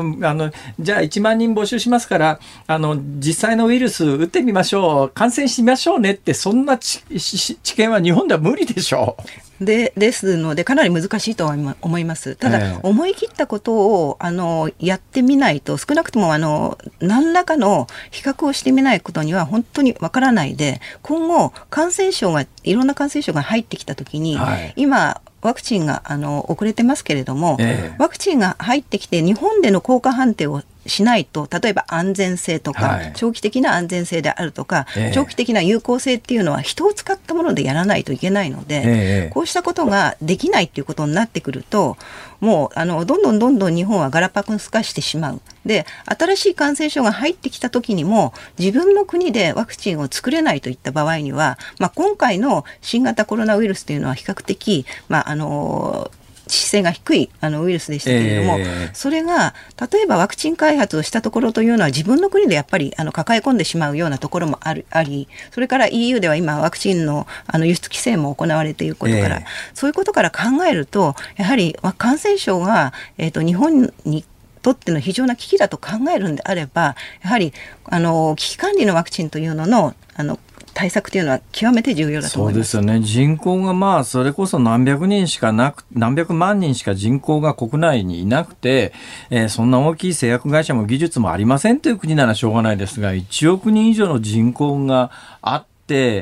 1万人募集しますから実際のウイルス打ってみましょう、感染しましょうねって、そんな知見は日本では無理でしょう。 ですのでかなり難しいとは思います。ただ、思い切ったことをやってみないと、少なくとも何らかの比較をしてみないことには本当にわからないで、今後いろんな感染症が入ってきたときに、今ワクチンが遅れてますけれども、ワクチンが入ってきて日本での効果判定をしないと、例えば安全性とか、長期的な安全性であるとか、長期的な有効性っていうのは人を使ったものでやらないといけないので、こうしたことができないっていうことになってくると、もうどんどん日本はガラパゴス化してしまう。で、新しい感染症が入ってきた時にも自分の国でワクチンを作れないといった場合には、今回の新型コロナウイルスというのは比較的致死性が低いウイルスでしたけれども、それが例えばワクチン開発をしたところというのは自分の国でやっぱり抱え込んでしまうようなところもあり、それから EU では今ワクチンの輸出規制も行われていることから、そういうことから考えると、やはり感染症が、日本にとっての非常な危機だと考えるんであれば、やはり危機管理のワクチンというのの対策というのは極めて重要だと思います。 そうですよね。人口がそれこそ何百万人しか人口が国内にいなくて、そんな大きい製薬会社も技術もありませんという国ならしょうがないですが、1億人以上の人口があって、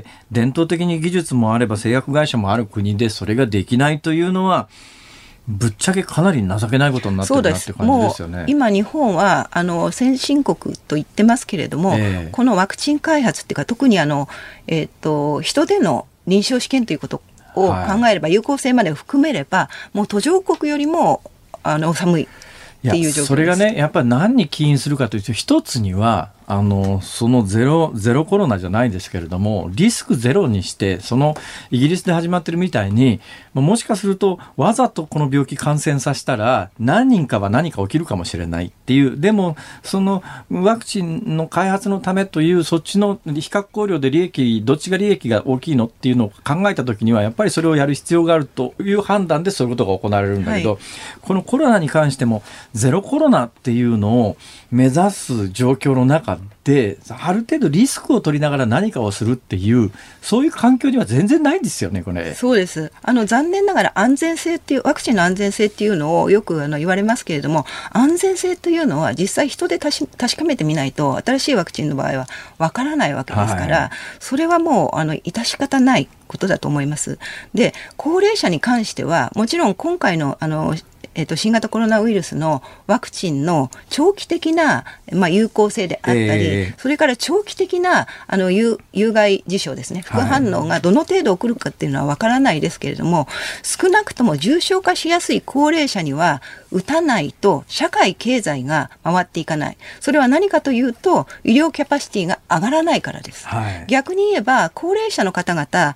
伝統的に技術もあれば製薬会社もある国でそれができないというのは、ぶっちゃけかなり情けないことになってるなっていう感じですよね。 もう今日本は先進国と言ってますけれども、このワクチン開発っていうか、特に人での臨床試験ということを考えれば、有効性まで含めればもう途上国よりも寒いっていう状況です。 それがね、やっぱり何に起因するかというと、一つにはそのゼロコロナじゃないですけれども、リスクゼロにして、そのイギリスで始まってるみたいに、もしかするとわざとこの病気感染させたら何人かは何か起きるかもしれないっていう、でもそのワクチンの開発のためというそっちの比較考慮でどっちが利益が大きいのっていうのを考えたときには、やっぱりそれをやる必要があるという判断でそういうことが行われるんだけど、このコロナに関してもゼロコロナっていうのを目指す状況の中で、ある程度リスクを取りながら何かをするっていう、そういう環境には全然ないんですよね、これ。 そうです。残念ながらワクチンの安全性っていうのをよく言われますけれども、安全性というのは実際人で確かめてみないと、新しいワクチンの場合はわからないわけですから、それはもう致し方ないことだと思います。で、高齢者に関してはもちろん今回の新型コロナウイルスのワクチンの長期的な、有効性であったり、それから長期的な有害事象ですね、副反応がどの程度起こるかっていうのはわからないですけれども、少なくとも重症化しやすい高齢者には打たないと社会経済が回っていかない。それは何かというと、医療キャパシティが上がらないからです。逆に言えば高齢者の方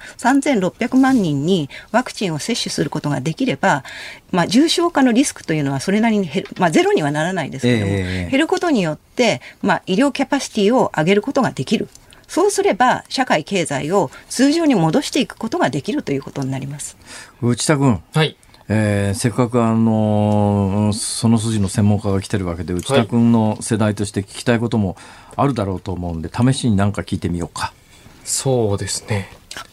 々3600万人にワクチンを接種することができれば、重症化のリスクというのはそれなりに減る、ゼロにはならないですけれども、減ることによって、医療キャパシティを上げることができる。そうすれば社会経済を通常に戻していくことができるということになります。 内田君、せっかくその筋の専門家が来てるわけで、内田君の世代として聞きたいこともあるだろうと思うんで、試しに何か聞いてみようか。 そうですね。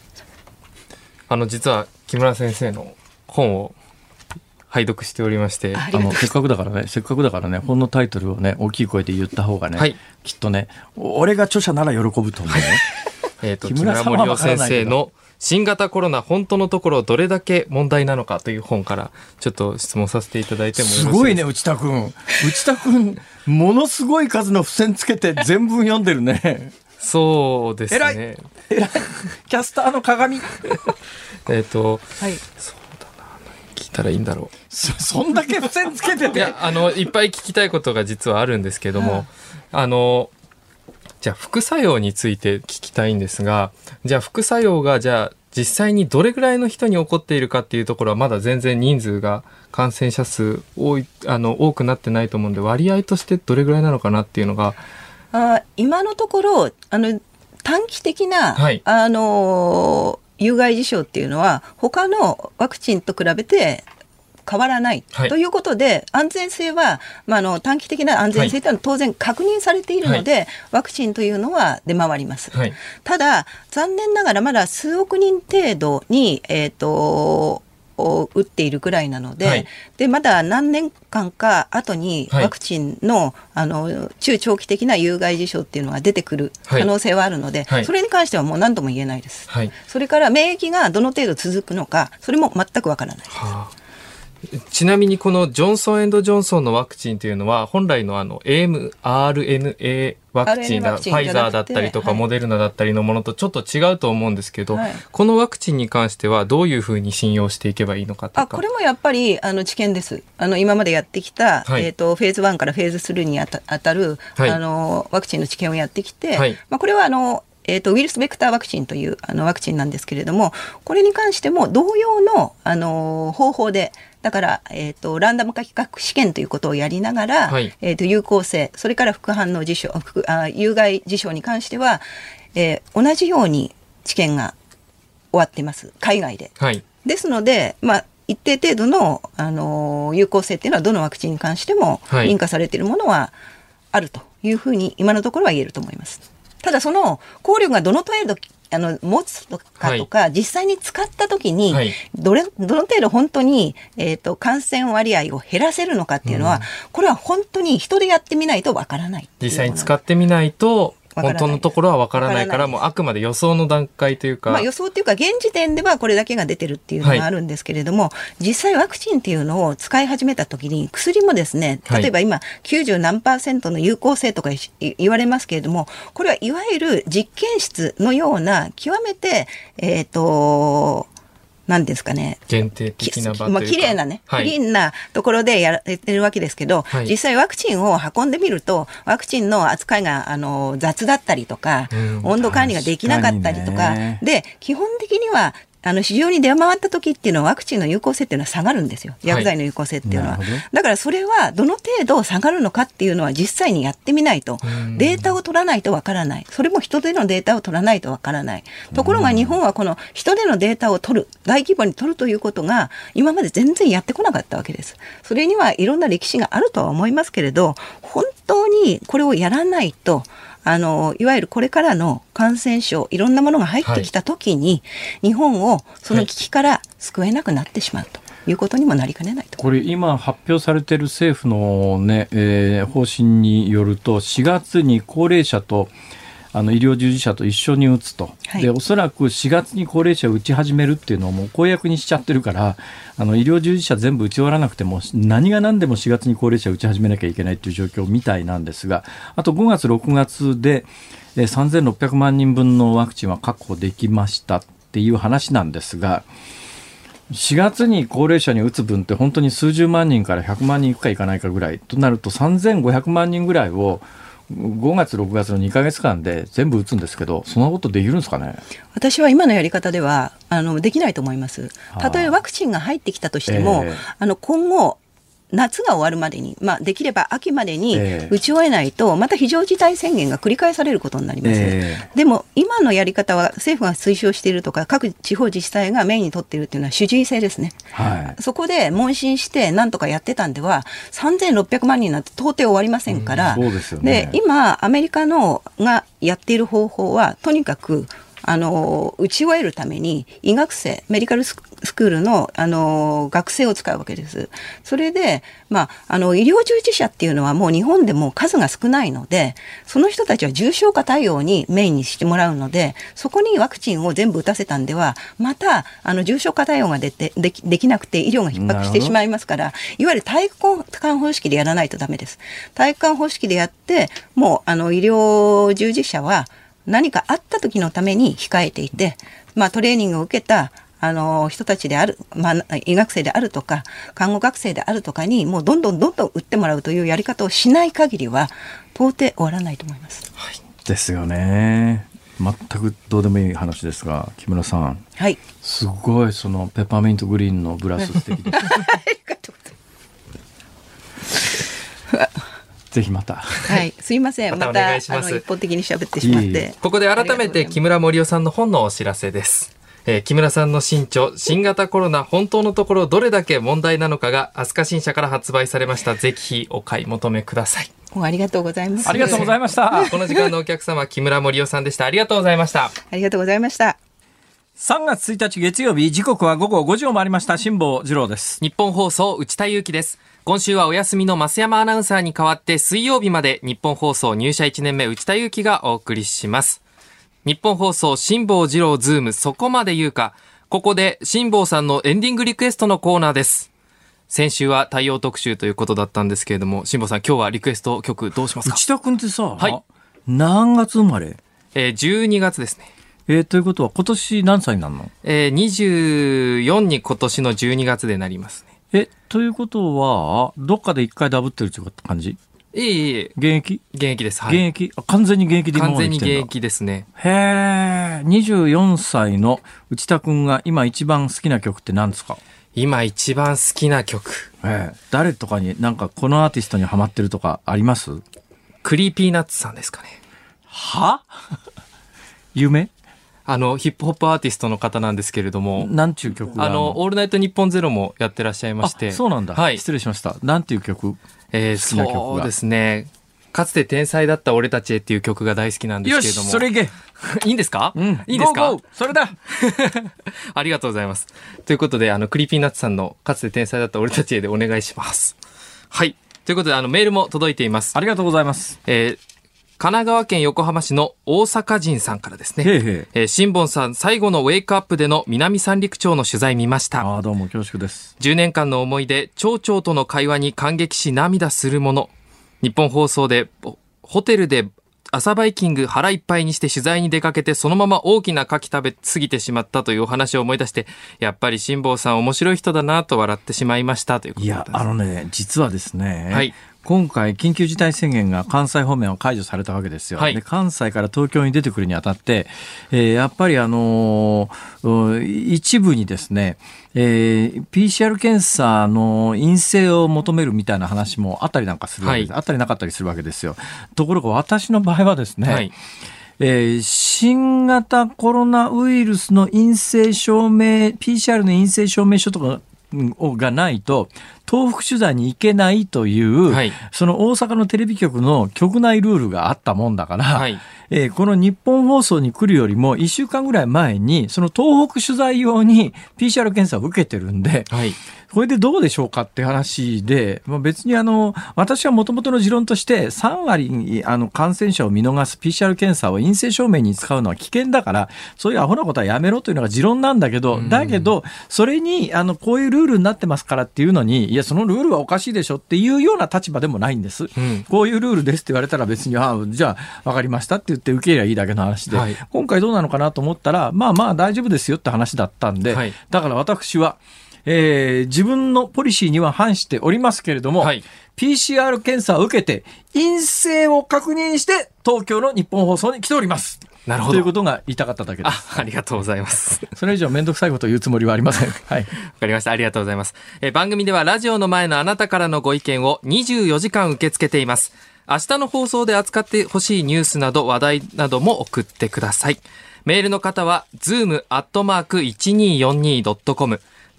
実は木村先生の本を拝読しておりまして、 せっかくだからね、本のタイトルをね、大きい声で言った方がね、きっとね、俺が著者なら喜ぶと思うね。 木村盛夫先生の新型コロナ本当のところどれだけ問題なのかという本からちょっと質問させていただいてもよろしいですか。 すごいね、内田君ものすごい数の付箋つけて全文読んでるね。 そうですね。 偉いキャスターの鏡。 そうだな、聞いたらいいんだろう。 そんだけ付箋つけてて。 いや、いっぱい聞きたいことが実はあるんですけども、じゃあ副作用について聞きたいんですが、じゃあ副作用が実際にどれぐらいの人に起こっているかっていうところはまだ全然人数が感染者数多くなってないと思うんで、割合としてどれぐらいなのかなっていうのが。 今のところ短期的な、有害事象っていうのは他のワクチンと比べて変わらない、ということで安全性は、短期的な安全性というのは当然確認されているので、ワクチンというのは出回ります。ただ残念ながらまだ数億人程度に、打っているくらいなので、でまだ何年間か後にワクチンの、中長期的な有害事象っていうのが出てくる可能性はあるので、それに関してはもう何とも言えないです。それから免疫がどの程度続くのか、それも全くわからないです。 ちなみにこのジョンソン&ジョンソンのワクチンというのは本来のmRNA ワクチンファイザーだったりとかモデルナだったりのものとちょっと違うと思うんですけど、このワクチンに関してはどういうふうに信用していけばいいのかとか。 これもやっぱり治験です。今までやってきた、フェーズ1からフェーズ3にあたる、ワクチンの治験をやってきて、これはウイルスベクターワクチンというワクチンなんですけれども、これに関しても同様の、方法で、だから、ランダム化比較試験ということをやりながら、有効性、それから副反応事象、有害事象に関しては、同じように治験が終わっています、海外で。ですので、一定程度の、有効性っていうのはどのワクチンに関しても認可されているものはあるというふうに今のところは言えると思います。ただその効力がどの程度持つかとか、実際に使ったときにどの程度本当に、感染割合を減らせるのかっていうのは、これは本当に人でやってみないとわからない。 実際に使ってみないと本当のところはわからないから、もうあくまで予想の段階というか、 予想というか現時点ではこれだけが出てるっていうのがあるんですけれども、実際ワクチンっていうのを使い始めた時に薬もですね、例えば今90何%の有効性とか言われますけれども、これはいわゆる実験室のような極めて何ですかね、 限定的な場というか、 綺麗なね、クリーンなところでやられてるわけですけど、実際ワクチンを運んでみると、ワクチンの扱いが雑だったりとか、温度管理ができなかったりとか、で基本的には市場に出回った時っていうのはワクチンの有効性っていうのは下がるんですよ。薬剤の有効性っていうのは。だからそれはどの程度下がるのかっていうのは実際にやってみないと、データを取らないとわからない。それも人でのデータを取らないとわからない。ところが日本はこの人でのデータを取る、大規模に取るということが今まで全然やってこなかったわけです。それにはいろんな歴史があるとは思いますけれど、本当にこれをやらないと、いわゆるこれからの感染症、いろんなものが入ってきたときに、日本をその危機から救えなくなってしまうということにもなりかねないと。 これ今発表されている政府の、方針によると、4月に高齢者と医療従事者と一緒に打つと、でおそらく4月に高齢者を打ち始めるっていうのをもう公約にしちゃってるから、医療従事者全部打ち終わらなくても何が何でも4月に高齢者を打ち始めなきゃいけないという状況みたいなんですが、あと5月6月で3600万人分のワクチンは確保できましたっていう話なんですが、4月に高齢者に打つ分って本当に数十万人から100万人いくかいかないかぐらいとなると、3500万人ぐらいを5月6月の2ヶ月間で全部打つんですけど、そんなことできるんですかね。 私は今のやり方ではできないと思います。たとえワクチンが入ってきたとしても、今後夏が終わるまでに、できれば秋までに打ち終えないと、また非常事態宣言が繰り返されることになります。でも今のやり方は政府が推奨しているとか、各地方自治体がメインに取っているというのは主治医制ですね。そこで問診して何とかやってたんでは、3600万人なんて到底終わりませんから。で、今アメリカがやっている方法は、とにかく打ち終えるために医学生、メディカルスクールの、学生を使うわけです。それで、医療従事者っていうのはもう日本でも数が少ないので、その人たちは重症化対応にメインにしてもらうので、そこにワクチンを全部打たせたんでは、また重症化対応ができなくて医療が逼迫してしまいますから、いわゆる体育館方式でやらないとダメです。体育館方式でやって、もう医療従事者は何かあった時のために控えていて、トレーニングを受けた人たちである、医学生であるとか看護学生であるとかにもうどんどん打ってもらうというやり方をしない限りは到底終わらないと思います。 ですよね。全くどうでもいい話ですが、木村さん、すごいそのペッパーミントグリーンのブラス素敵です。ありがとうございます。ぜひまた。 すいません。また一方的に喋ってしまって。 ここで改めて木村盛夫さんの本のお知らせです。 木村さんの新著、新型コロナ本当のところどれだけ問題なのかが飛鳥新社から発売されました。ぜひお買い求めください。 ありがとうございます。 ありがとうございました。 この時間のお客様、木村盛夫さんでした。ありがとうございました。 ありがとうございました。 3月1日月曜日、時刻は午後5時を回りました。辛坊治郎です。 日本放送内田裕樹です。今週はお休みの増山アナウンサーに代わって水曜日まで日本放送入社1年目内田裕樹がお送りします。日本放送辛坊治郎ズームそこまで言うか。ここで辛坊さんのエンディングリクエストのコーナーです。先週は太陽特集ということだったんですけれども、辛坊さん今日はリクエスト曲どうしますか？ 内田君ってさ、 はい、 何月生まれ ？12月ですね。 ということは今年何歳になるの ？24に今年の12月でなりますね。ということはどっかで一回ダブってるって感じ？ いえ現役？ 現役です、はい、 現役？完全に現役で今まで来てんだ。 完全に現役ですね。 へー。24歳の内田君が今一番好きな曲って何ですか？ 今一番好きな曲、 誰とかになんかこのアーティストにハマってるとかあります？ クリーピーナッツさんですかね。 は夢？ ヒップホップアーティストの方なんですけれども、 なんていう曲がオールナイトニッポンゼロもやってらっしゃいまして。 そうなんだ、 はい、 失礼しました。なんていう曲？好きな曲が。 そうですね、かつて天才だった俺たちへっていう曲が大好きなんですけれども。 よし、それいけいいんですか？ うん、 いいですか？ ゴーゴー、それだありがとうございます。ということでクリーピーナッツさんのかつて天才だった俺たちへでお願いします。はい、ということでメールも届いています。 ありがとうございます。 神奈川県横浜市の大阪人さんからですね。辛坊さん最後のウェイクアップでの南三陸町の取材見ました。 どうも恐縮です。 10年間の思い出、町長との会話に感激し涙するもの。日本放送でホテルで朝バイキング腹いっぱいにして取材に出かけてそのまま大きな牡蠣食べ過ぎてしまったというお話を思い出して、やっぱり辛坊さん面白い人だなと笑ってしまいましたということです。 いや実はですね、 はい、 今回緊急事態宣言が関西方面は解除されたわけですよ、 はい、 で関西から東京に出てくるにあたって、やっぱり一部にですね、PCR 検査の陰性を求めるみたいな話もあったりなんかするわけです、はい、あったりなかったりするわけですよ。ところが私の場合はですね、はい、新型コロナウイルスの陰性証明 PCR の陰性証明書とかがないと東北取材に行けないという、はい、その大阪のテレビ局の局内ルールがあったもんだから、はい、この日本放送に来るよりも1週間ぐらい前にその東北取材用に PCR 検査を受けてるんで、はい、これでどうでしょうかって話で、別に私はもともとの持論として3割感染者を見逃す PCR 検査を陰性証明に使うのは危険だからそういうアホなことはやめろというのが持論なんだけど、だけどそれにこういうルールになってますからっていうのに、いやそのルールはおかしいでしょっていうような立場でもないんです、こういうルールですって言われたら別にじゃあ分かりましたって言って受けりゃいいだけの話で、はい、今回どうなのかなと思ったらまあ大丈夫ですよって話だったんで、はい、だから私は自分のポリシーには反しておりますけれども、はい、PCR 検査を受けて陰性を確認して東京の日本放送に来ております。 なるほど。 ということが言いたかっただけです。 ありがとうございます。 それ以上めんどくさいことを言うつもりはありません。はい。わかりました。ありがとうございます。番組ではラジオの前のあなたからのご意見を24時間受け付けています。明日の放送で扱ってほしいニュースなど話題なども送ってください。メールの方は zoom@1242.com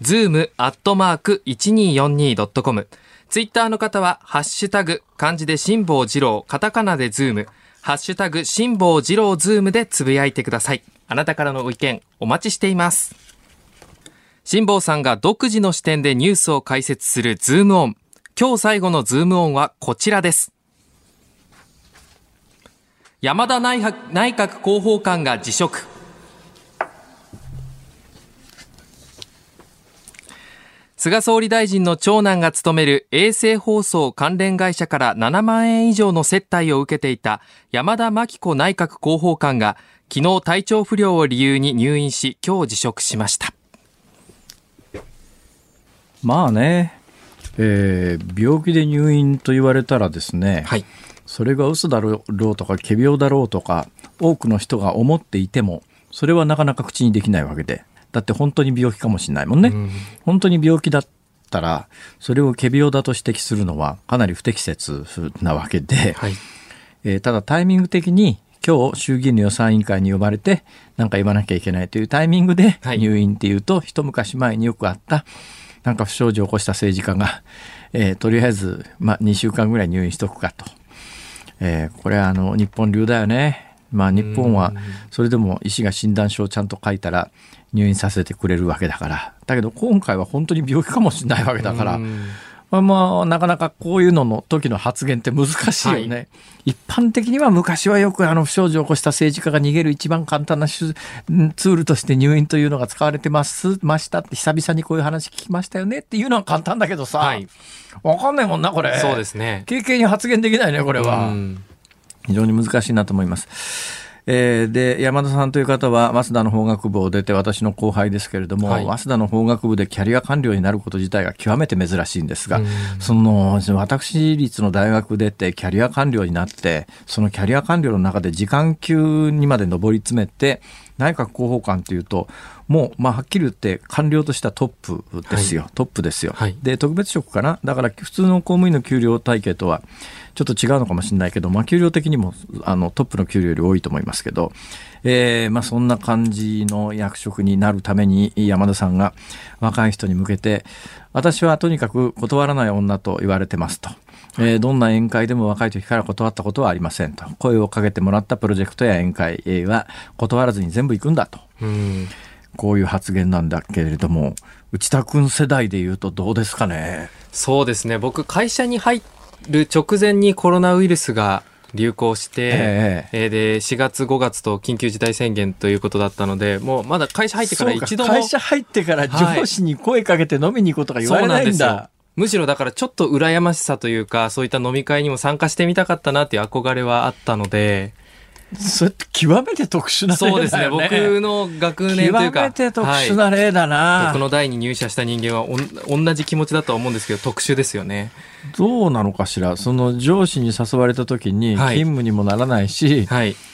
zoom@1242.com ツイッターの方はハッシュタグ漢字で辛坊治郎カタカナでズームハッシュタグ辛坊治郎ズームでつぶやいてください。あなたからのご意見お待ちしています。辛坊さんが独自の視点でニュースを解説するズームオン。今日最後のズームオンはこちらです。山田内閣広報官が辞職。菅総理大臣の長男が務める衛星放送関連会社から7万円以上の接待を受けていた山田真紀子内閣広報官が昨日体調不良を理由に入院し今日辞職しました。 まあね、病気で入院と言われたらですね、はい、それが嘘だろうとか仮病だろうとか多くの人が思っていてもそれはなかなか口にできないわけで、だって本当に病気かもしれないもんね、本当に病気だったらそれを仮病だと指摘するのはかなり不適切なわけで、はい、ただタイミング的に今日衆議院の予算委員会に呼ばれてなんか言わなきゃいけないというタイミングで入院っていうと、一昔前によくあったなんか不祥事を起こした政治家が、とりあえず、2週間ぐらい入院しとくかと、これは日本流だよね。日本はそれでも医師が診断書をちゃんと書いたら入院させてくれるわけだから。だけど今回は本当に病気かもしれないわけだから、なかなかこういうのの時の発言って難しいよね。一般的には昔はよく不祥事を起こした政治家が逃げる一番簡単なツールとして入院というのが使われてましたって久々にこういう話聞きましたよねっていうのは簡単だけどさ、わかんないもんなこれ。 そうですね。 軽々に発言できないねこれは。非常に難しいなと思います。で山田さんという方は早稲田の法学部を出て私の後輩ですけれども、早稲田の法学部でキャリア官僚になること自体が極めて珍しいんですが、私立の大学出てキャリア官僚になって、そのキャリア官僚の中で次官級にまで上り詰めて内閣広報官というともうはっきり言って官僚としてはトップですよ、トップですよ、で特別職かな。だから普通の公務員の給料体系とはちょっと違うのかもしれないけど、給料的にもトップの給料より多いと思いますけど、そんな感じの役職になるために山田さんが若い人に向けて、私はとにかく断らない女と言われてますと、どんな宴会でも若い時から断ったことはありませんと、声をかけてもらったプロジェクトや宴会は断らずに全部行くんだと、こういう発言なんだけれども、内田君世代でいうとどうですかね。 そうですね、僕会社に入る直前にコロナウイルスが流行して、で4月5月と緊急事態宣言ということだったので、もうまだ会社入ってから一度も、 会社入ってから上司に声かけて飲みに行くことが言われないんだ。 むしろだからちょっと羨ましさというか、そういった飲み会にも参加してみたかったなっていう憧れはあったので。 それって極めて特殊な例だよね。そうですね、 僕の学年というか極めて特殊な例だな、 僕の代に入社した人間は同じ気持ちだとは思うんですけど、特殊ですよね。 どうなのかしら。その上司に誘われた時に勤務にもならないし、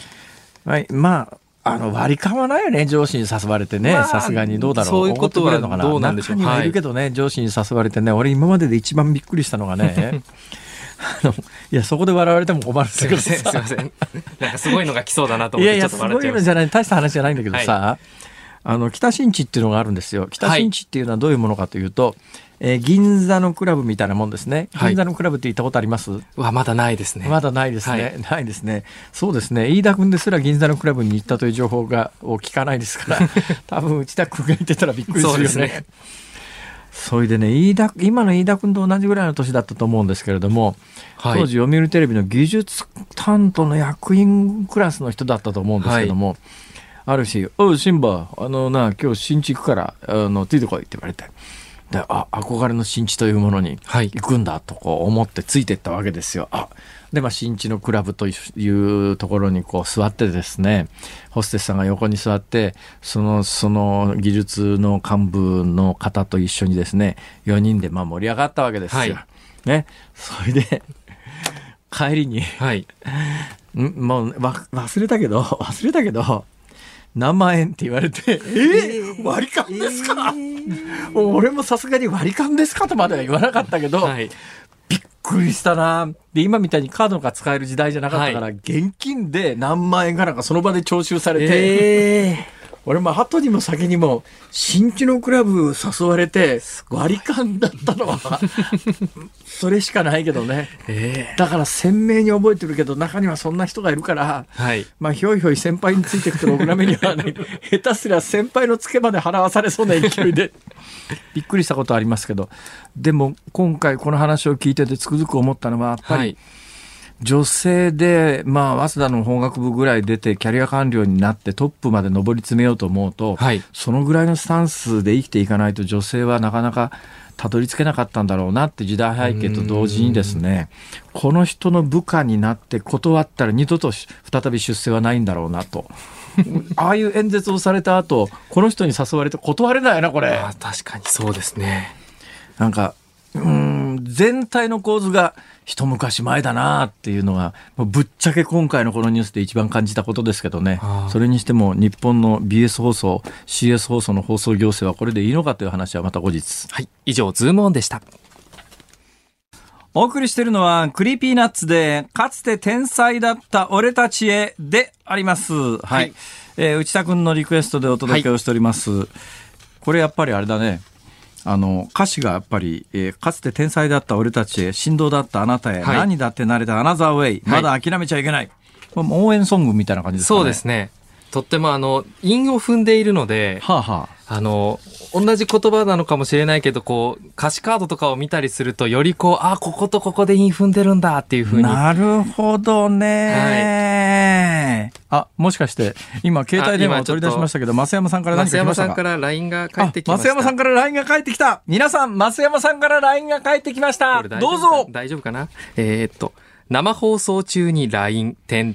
割り勘はないよね、上司に誘われてね。さすがにどうだろう。 そういうことはどうなんでしょう。 中にはいるけどね、上司に誘われてね。俺今までで一番びっくりしたのがねいやそこで笑われても困るんですけどさ、 すいませんなんかすごいのが来そうだなと思ってちょっと笑っちゃいます。 すごいのじゃない、大した話じゃないんだけどさ、北新地っていうのがあるんですよ。北新地っていうのはどういうものかというと、銀座のクラブみたいなもんですね。銀座のクラブって行ったことあります？ まだないですね。 まだないですね、ないですね。そうですね、飯田君ですら銀座のクラブに行ったという情報を聞かないですから多分内田君が言ってたらびっくりするよね。そうですね。それでね、今の飯田君と同じぐらいの年だったと思うんですけれども、当時読売テレビの技術担当の役員クラスの人だったと思うんですけども、ある日、おうシンバ今日新地行くからついてこいって言われて、で憧れの新地というものに行くんだと思ってついていったわけですよ。で新地のクラブというところに座ってですね、ホステスさんが横に座って、その技術の幹部の方と一緒にですね、4人で盛り上がったわけですよ、ね。それで帰りに、もう忘れたけど何万円って言われて、割り勘ですか？俺もさすがに割り勘ですかとまでは言わなかったけど、びっくりしたな。で今みたいにカードが使える時代じゃなかったから、現金で何万円かなんかその場で徴収されて、俺も後にも先にも新地のクラブ誘われて割り勘だったのはそれしかないけどね、だから鮮明に覚えてるけど、中にはそんな人がいるから、ひょいひょい先輩についていくとろくな目にはない下手すりゃ先輩のツケまで払わされそうな勢いでびっくりしたことありますけど、でも今回この話を聞いててつくづく思ったのは、やっぱり、女性で、早稲田の法学部ぐらい出てキャリア官僚になってトップまで上り詰めようと思うと、そのぐらいのスタンスで生きていかないと女性はなかなかたどり着けなかったんだろうなって時代背景と同時にですね、この人の部下になって断ったら二度と再び出世はないんだろうなとああいう演説をされた後、この人に誘われて断れないなこれ。 確かにそうですね。 なんか全体の構図が一昔前だなっていうのがもうぶっちゃけ今回のこのニュースで一番感じたことですけどね。それにしても日本の BS 放送 CS 放送の放送行政はこれでいいのかという話はまた後日。 以上ズームオンでした。 お送りしているのはクリーピーナッツでかつて天才だった俺たちへであります。はい。内田君のリクエストでお届けをしております。はい、これやっぱりあれだね。歌詞がやっぱり、かつて天才だった俺たちへ、振動だったあなたへ、はい、何だってなれたアナザーウェイ、まだ諦めちゃいけない。これも応援ソングみたいな感じですかね。 そうですね。とっても韻を踏んでいるので、はあはあ、同じ言葉なのかもしれないけど、こう歌詞カードとかを見たりすると、よりこことここで韻踏んでるんだっていう風に。 なるほどね、はい、もしかして今携帯電話を取り出しましたけど、増山さんから何か来ましたか？ 増山さんから LINE が返ってきました。 増山さんから LINE が返ってきた。皆さん、増山さんから LINE が返ってきました。どうぞ。 大丈夫かな。生放送中に LINE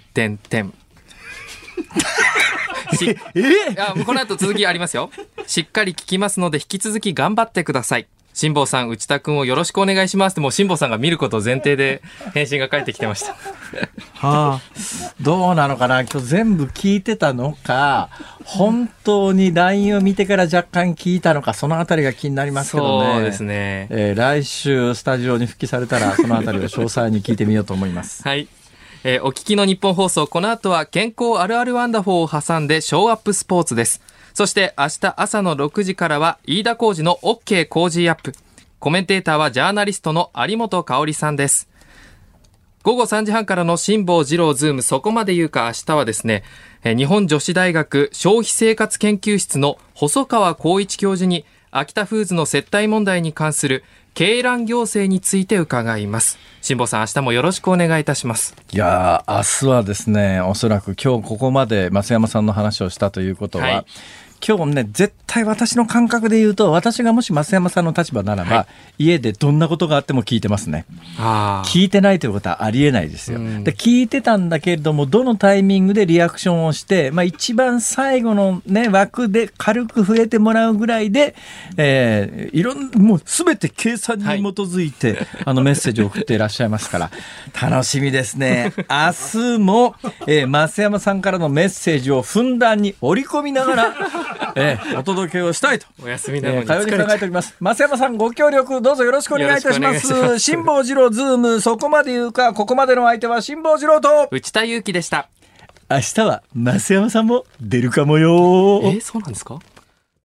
この後続きありますよ。しっかり聞きますので引き続き頑張ってください。辛坊さん、内田君をよろしくお願いしますって、もう辛坊さんが見ることを前提で返信が返ってきてました。 はあ、どうなのかな。今日全部聞いてたのか、本当に LINE を見てから若干聞いたのか、そのあたりが気になりますけどね。 そうですね。 来週スタジオに復帰されたら、そのあたりを詳細に聞いてみようと思います。 はい。お聞きの日本放送、この後は健康あるあるワンダフォーを挟んでショーアップスポーツです。そして明日朝の6時からは飯田浩司の OK 工事アップ。コメンテーターはジャーナリストの有本香里さんです。午後3時半からの辛坊治郎ズームそこまで言うか。明日はですね、日本女子大学消費生活研究室の細川光一教授に秋田フーズの接待問題に関する鶏卵行政について伺います。辛坊さん、明日もよろしくお願いいたします。 いや明日はですね、おそらく今日ここまで増山さんの話をしたということは、はい、今日ね、絶対私の感覚で言うと、私がもし増山さんの立場ならば、はい、家でどんなことがあっても聞いてますね。聞いてないということはありえないですよ。で、聞いてたんだけれども、どのタイミングでリアクションをして、一番最後のね、枠で軽く触れてもらうぐらいで、もう全て計算に基づいて、はい、メッセージを送っていらっしゃいますから、楽しみですね。明日も、増山さんからのメッセージをふんだんに織り込みながら、お届けをしたいと、 お休みなのにかように考えております。増山さん、ご協力どうぞよろしくお願いいたします。辛坊治郎ズームそこまで言うか。ここまでの相手は辛坊治郎と内田裕樹でした。 明日は増山さんも出るかもよ。 そうなんですか？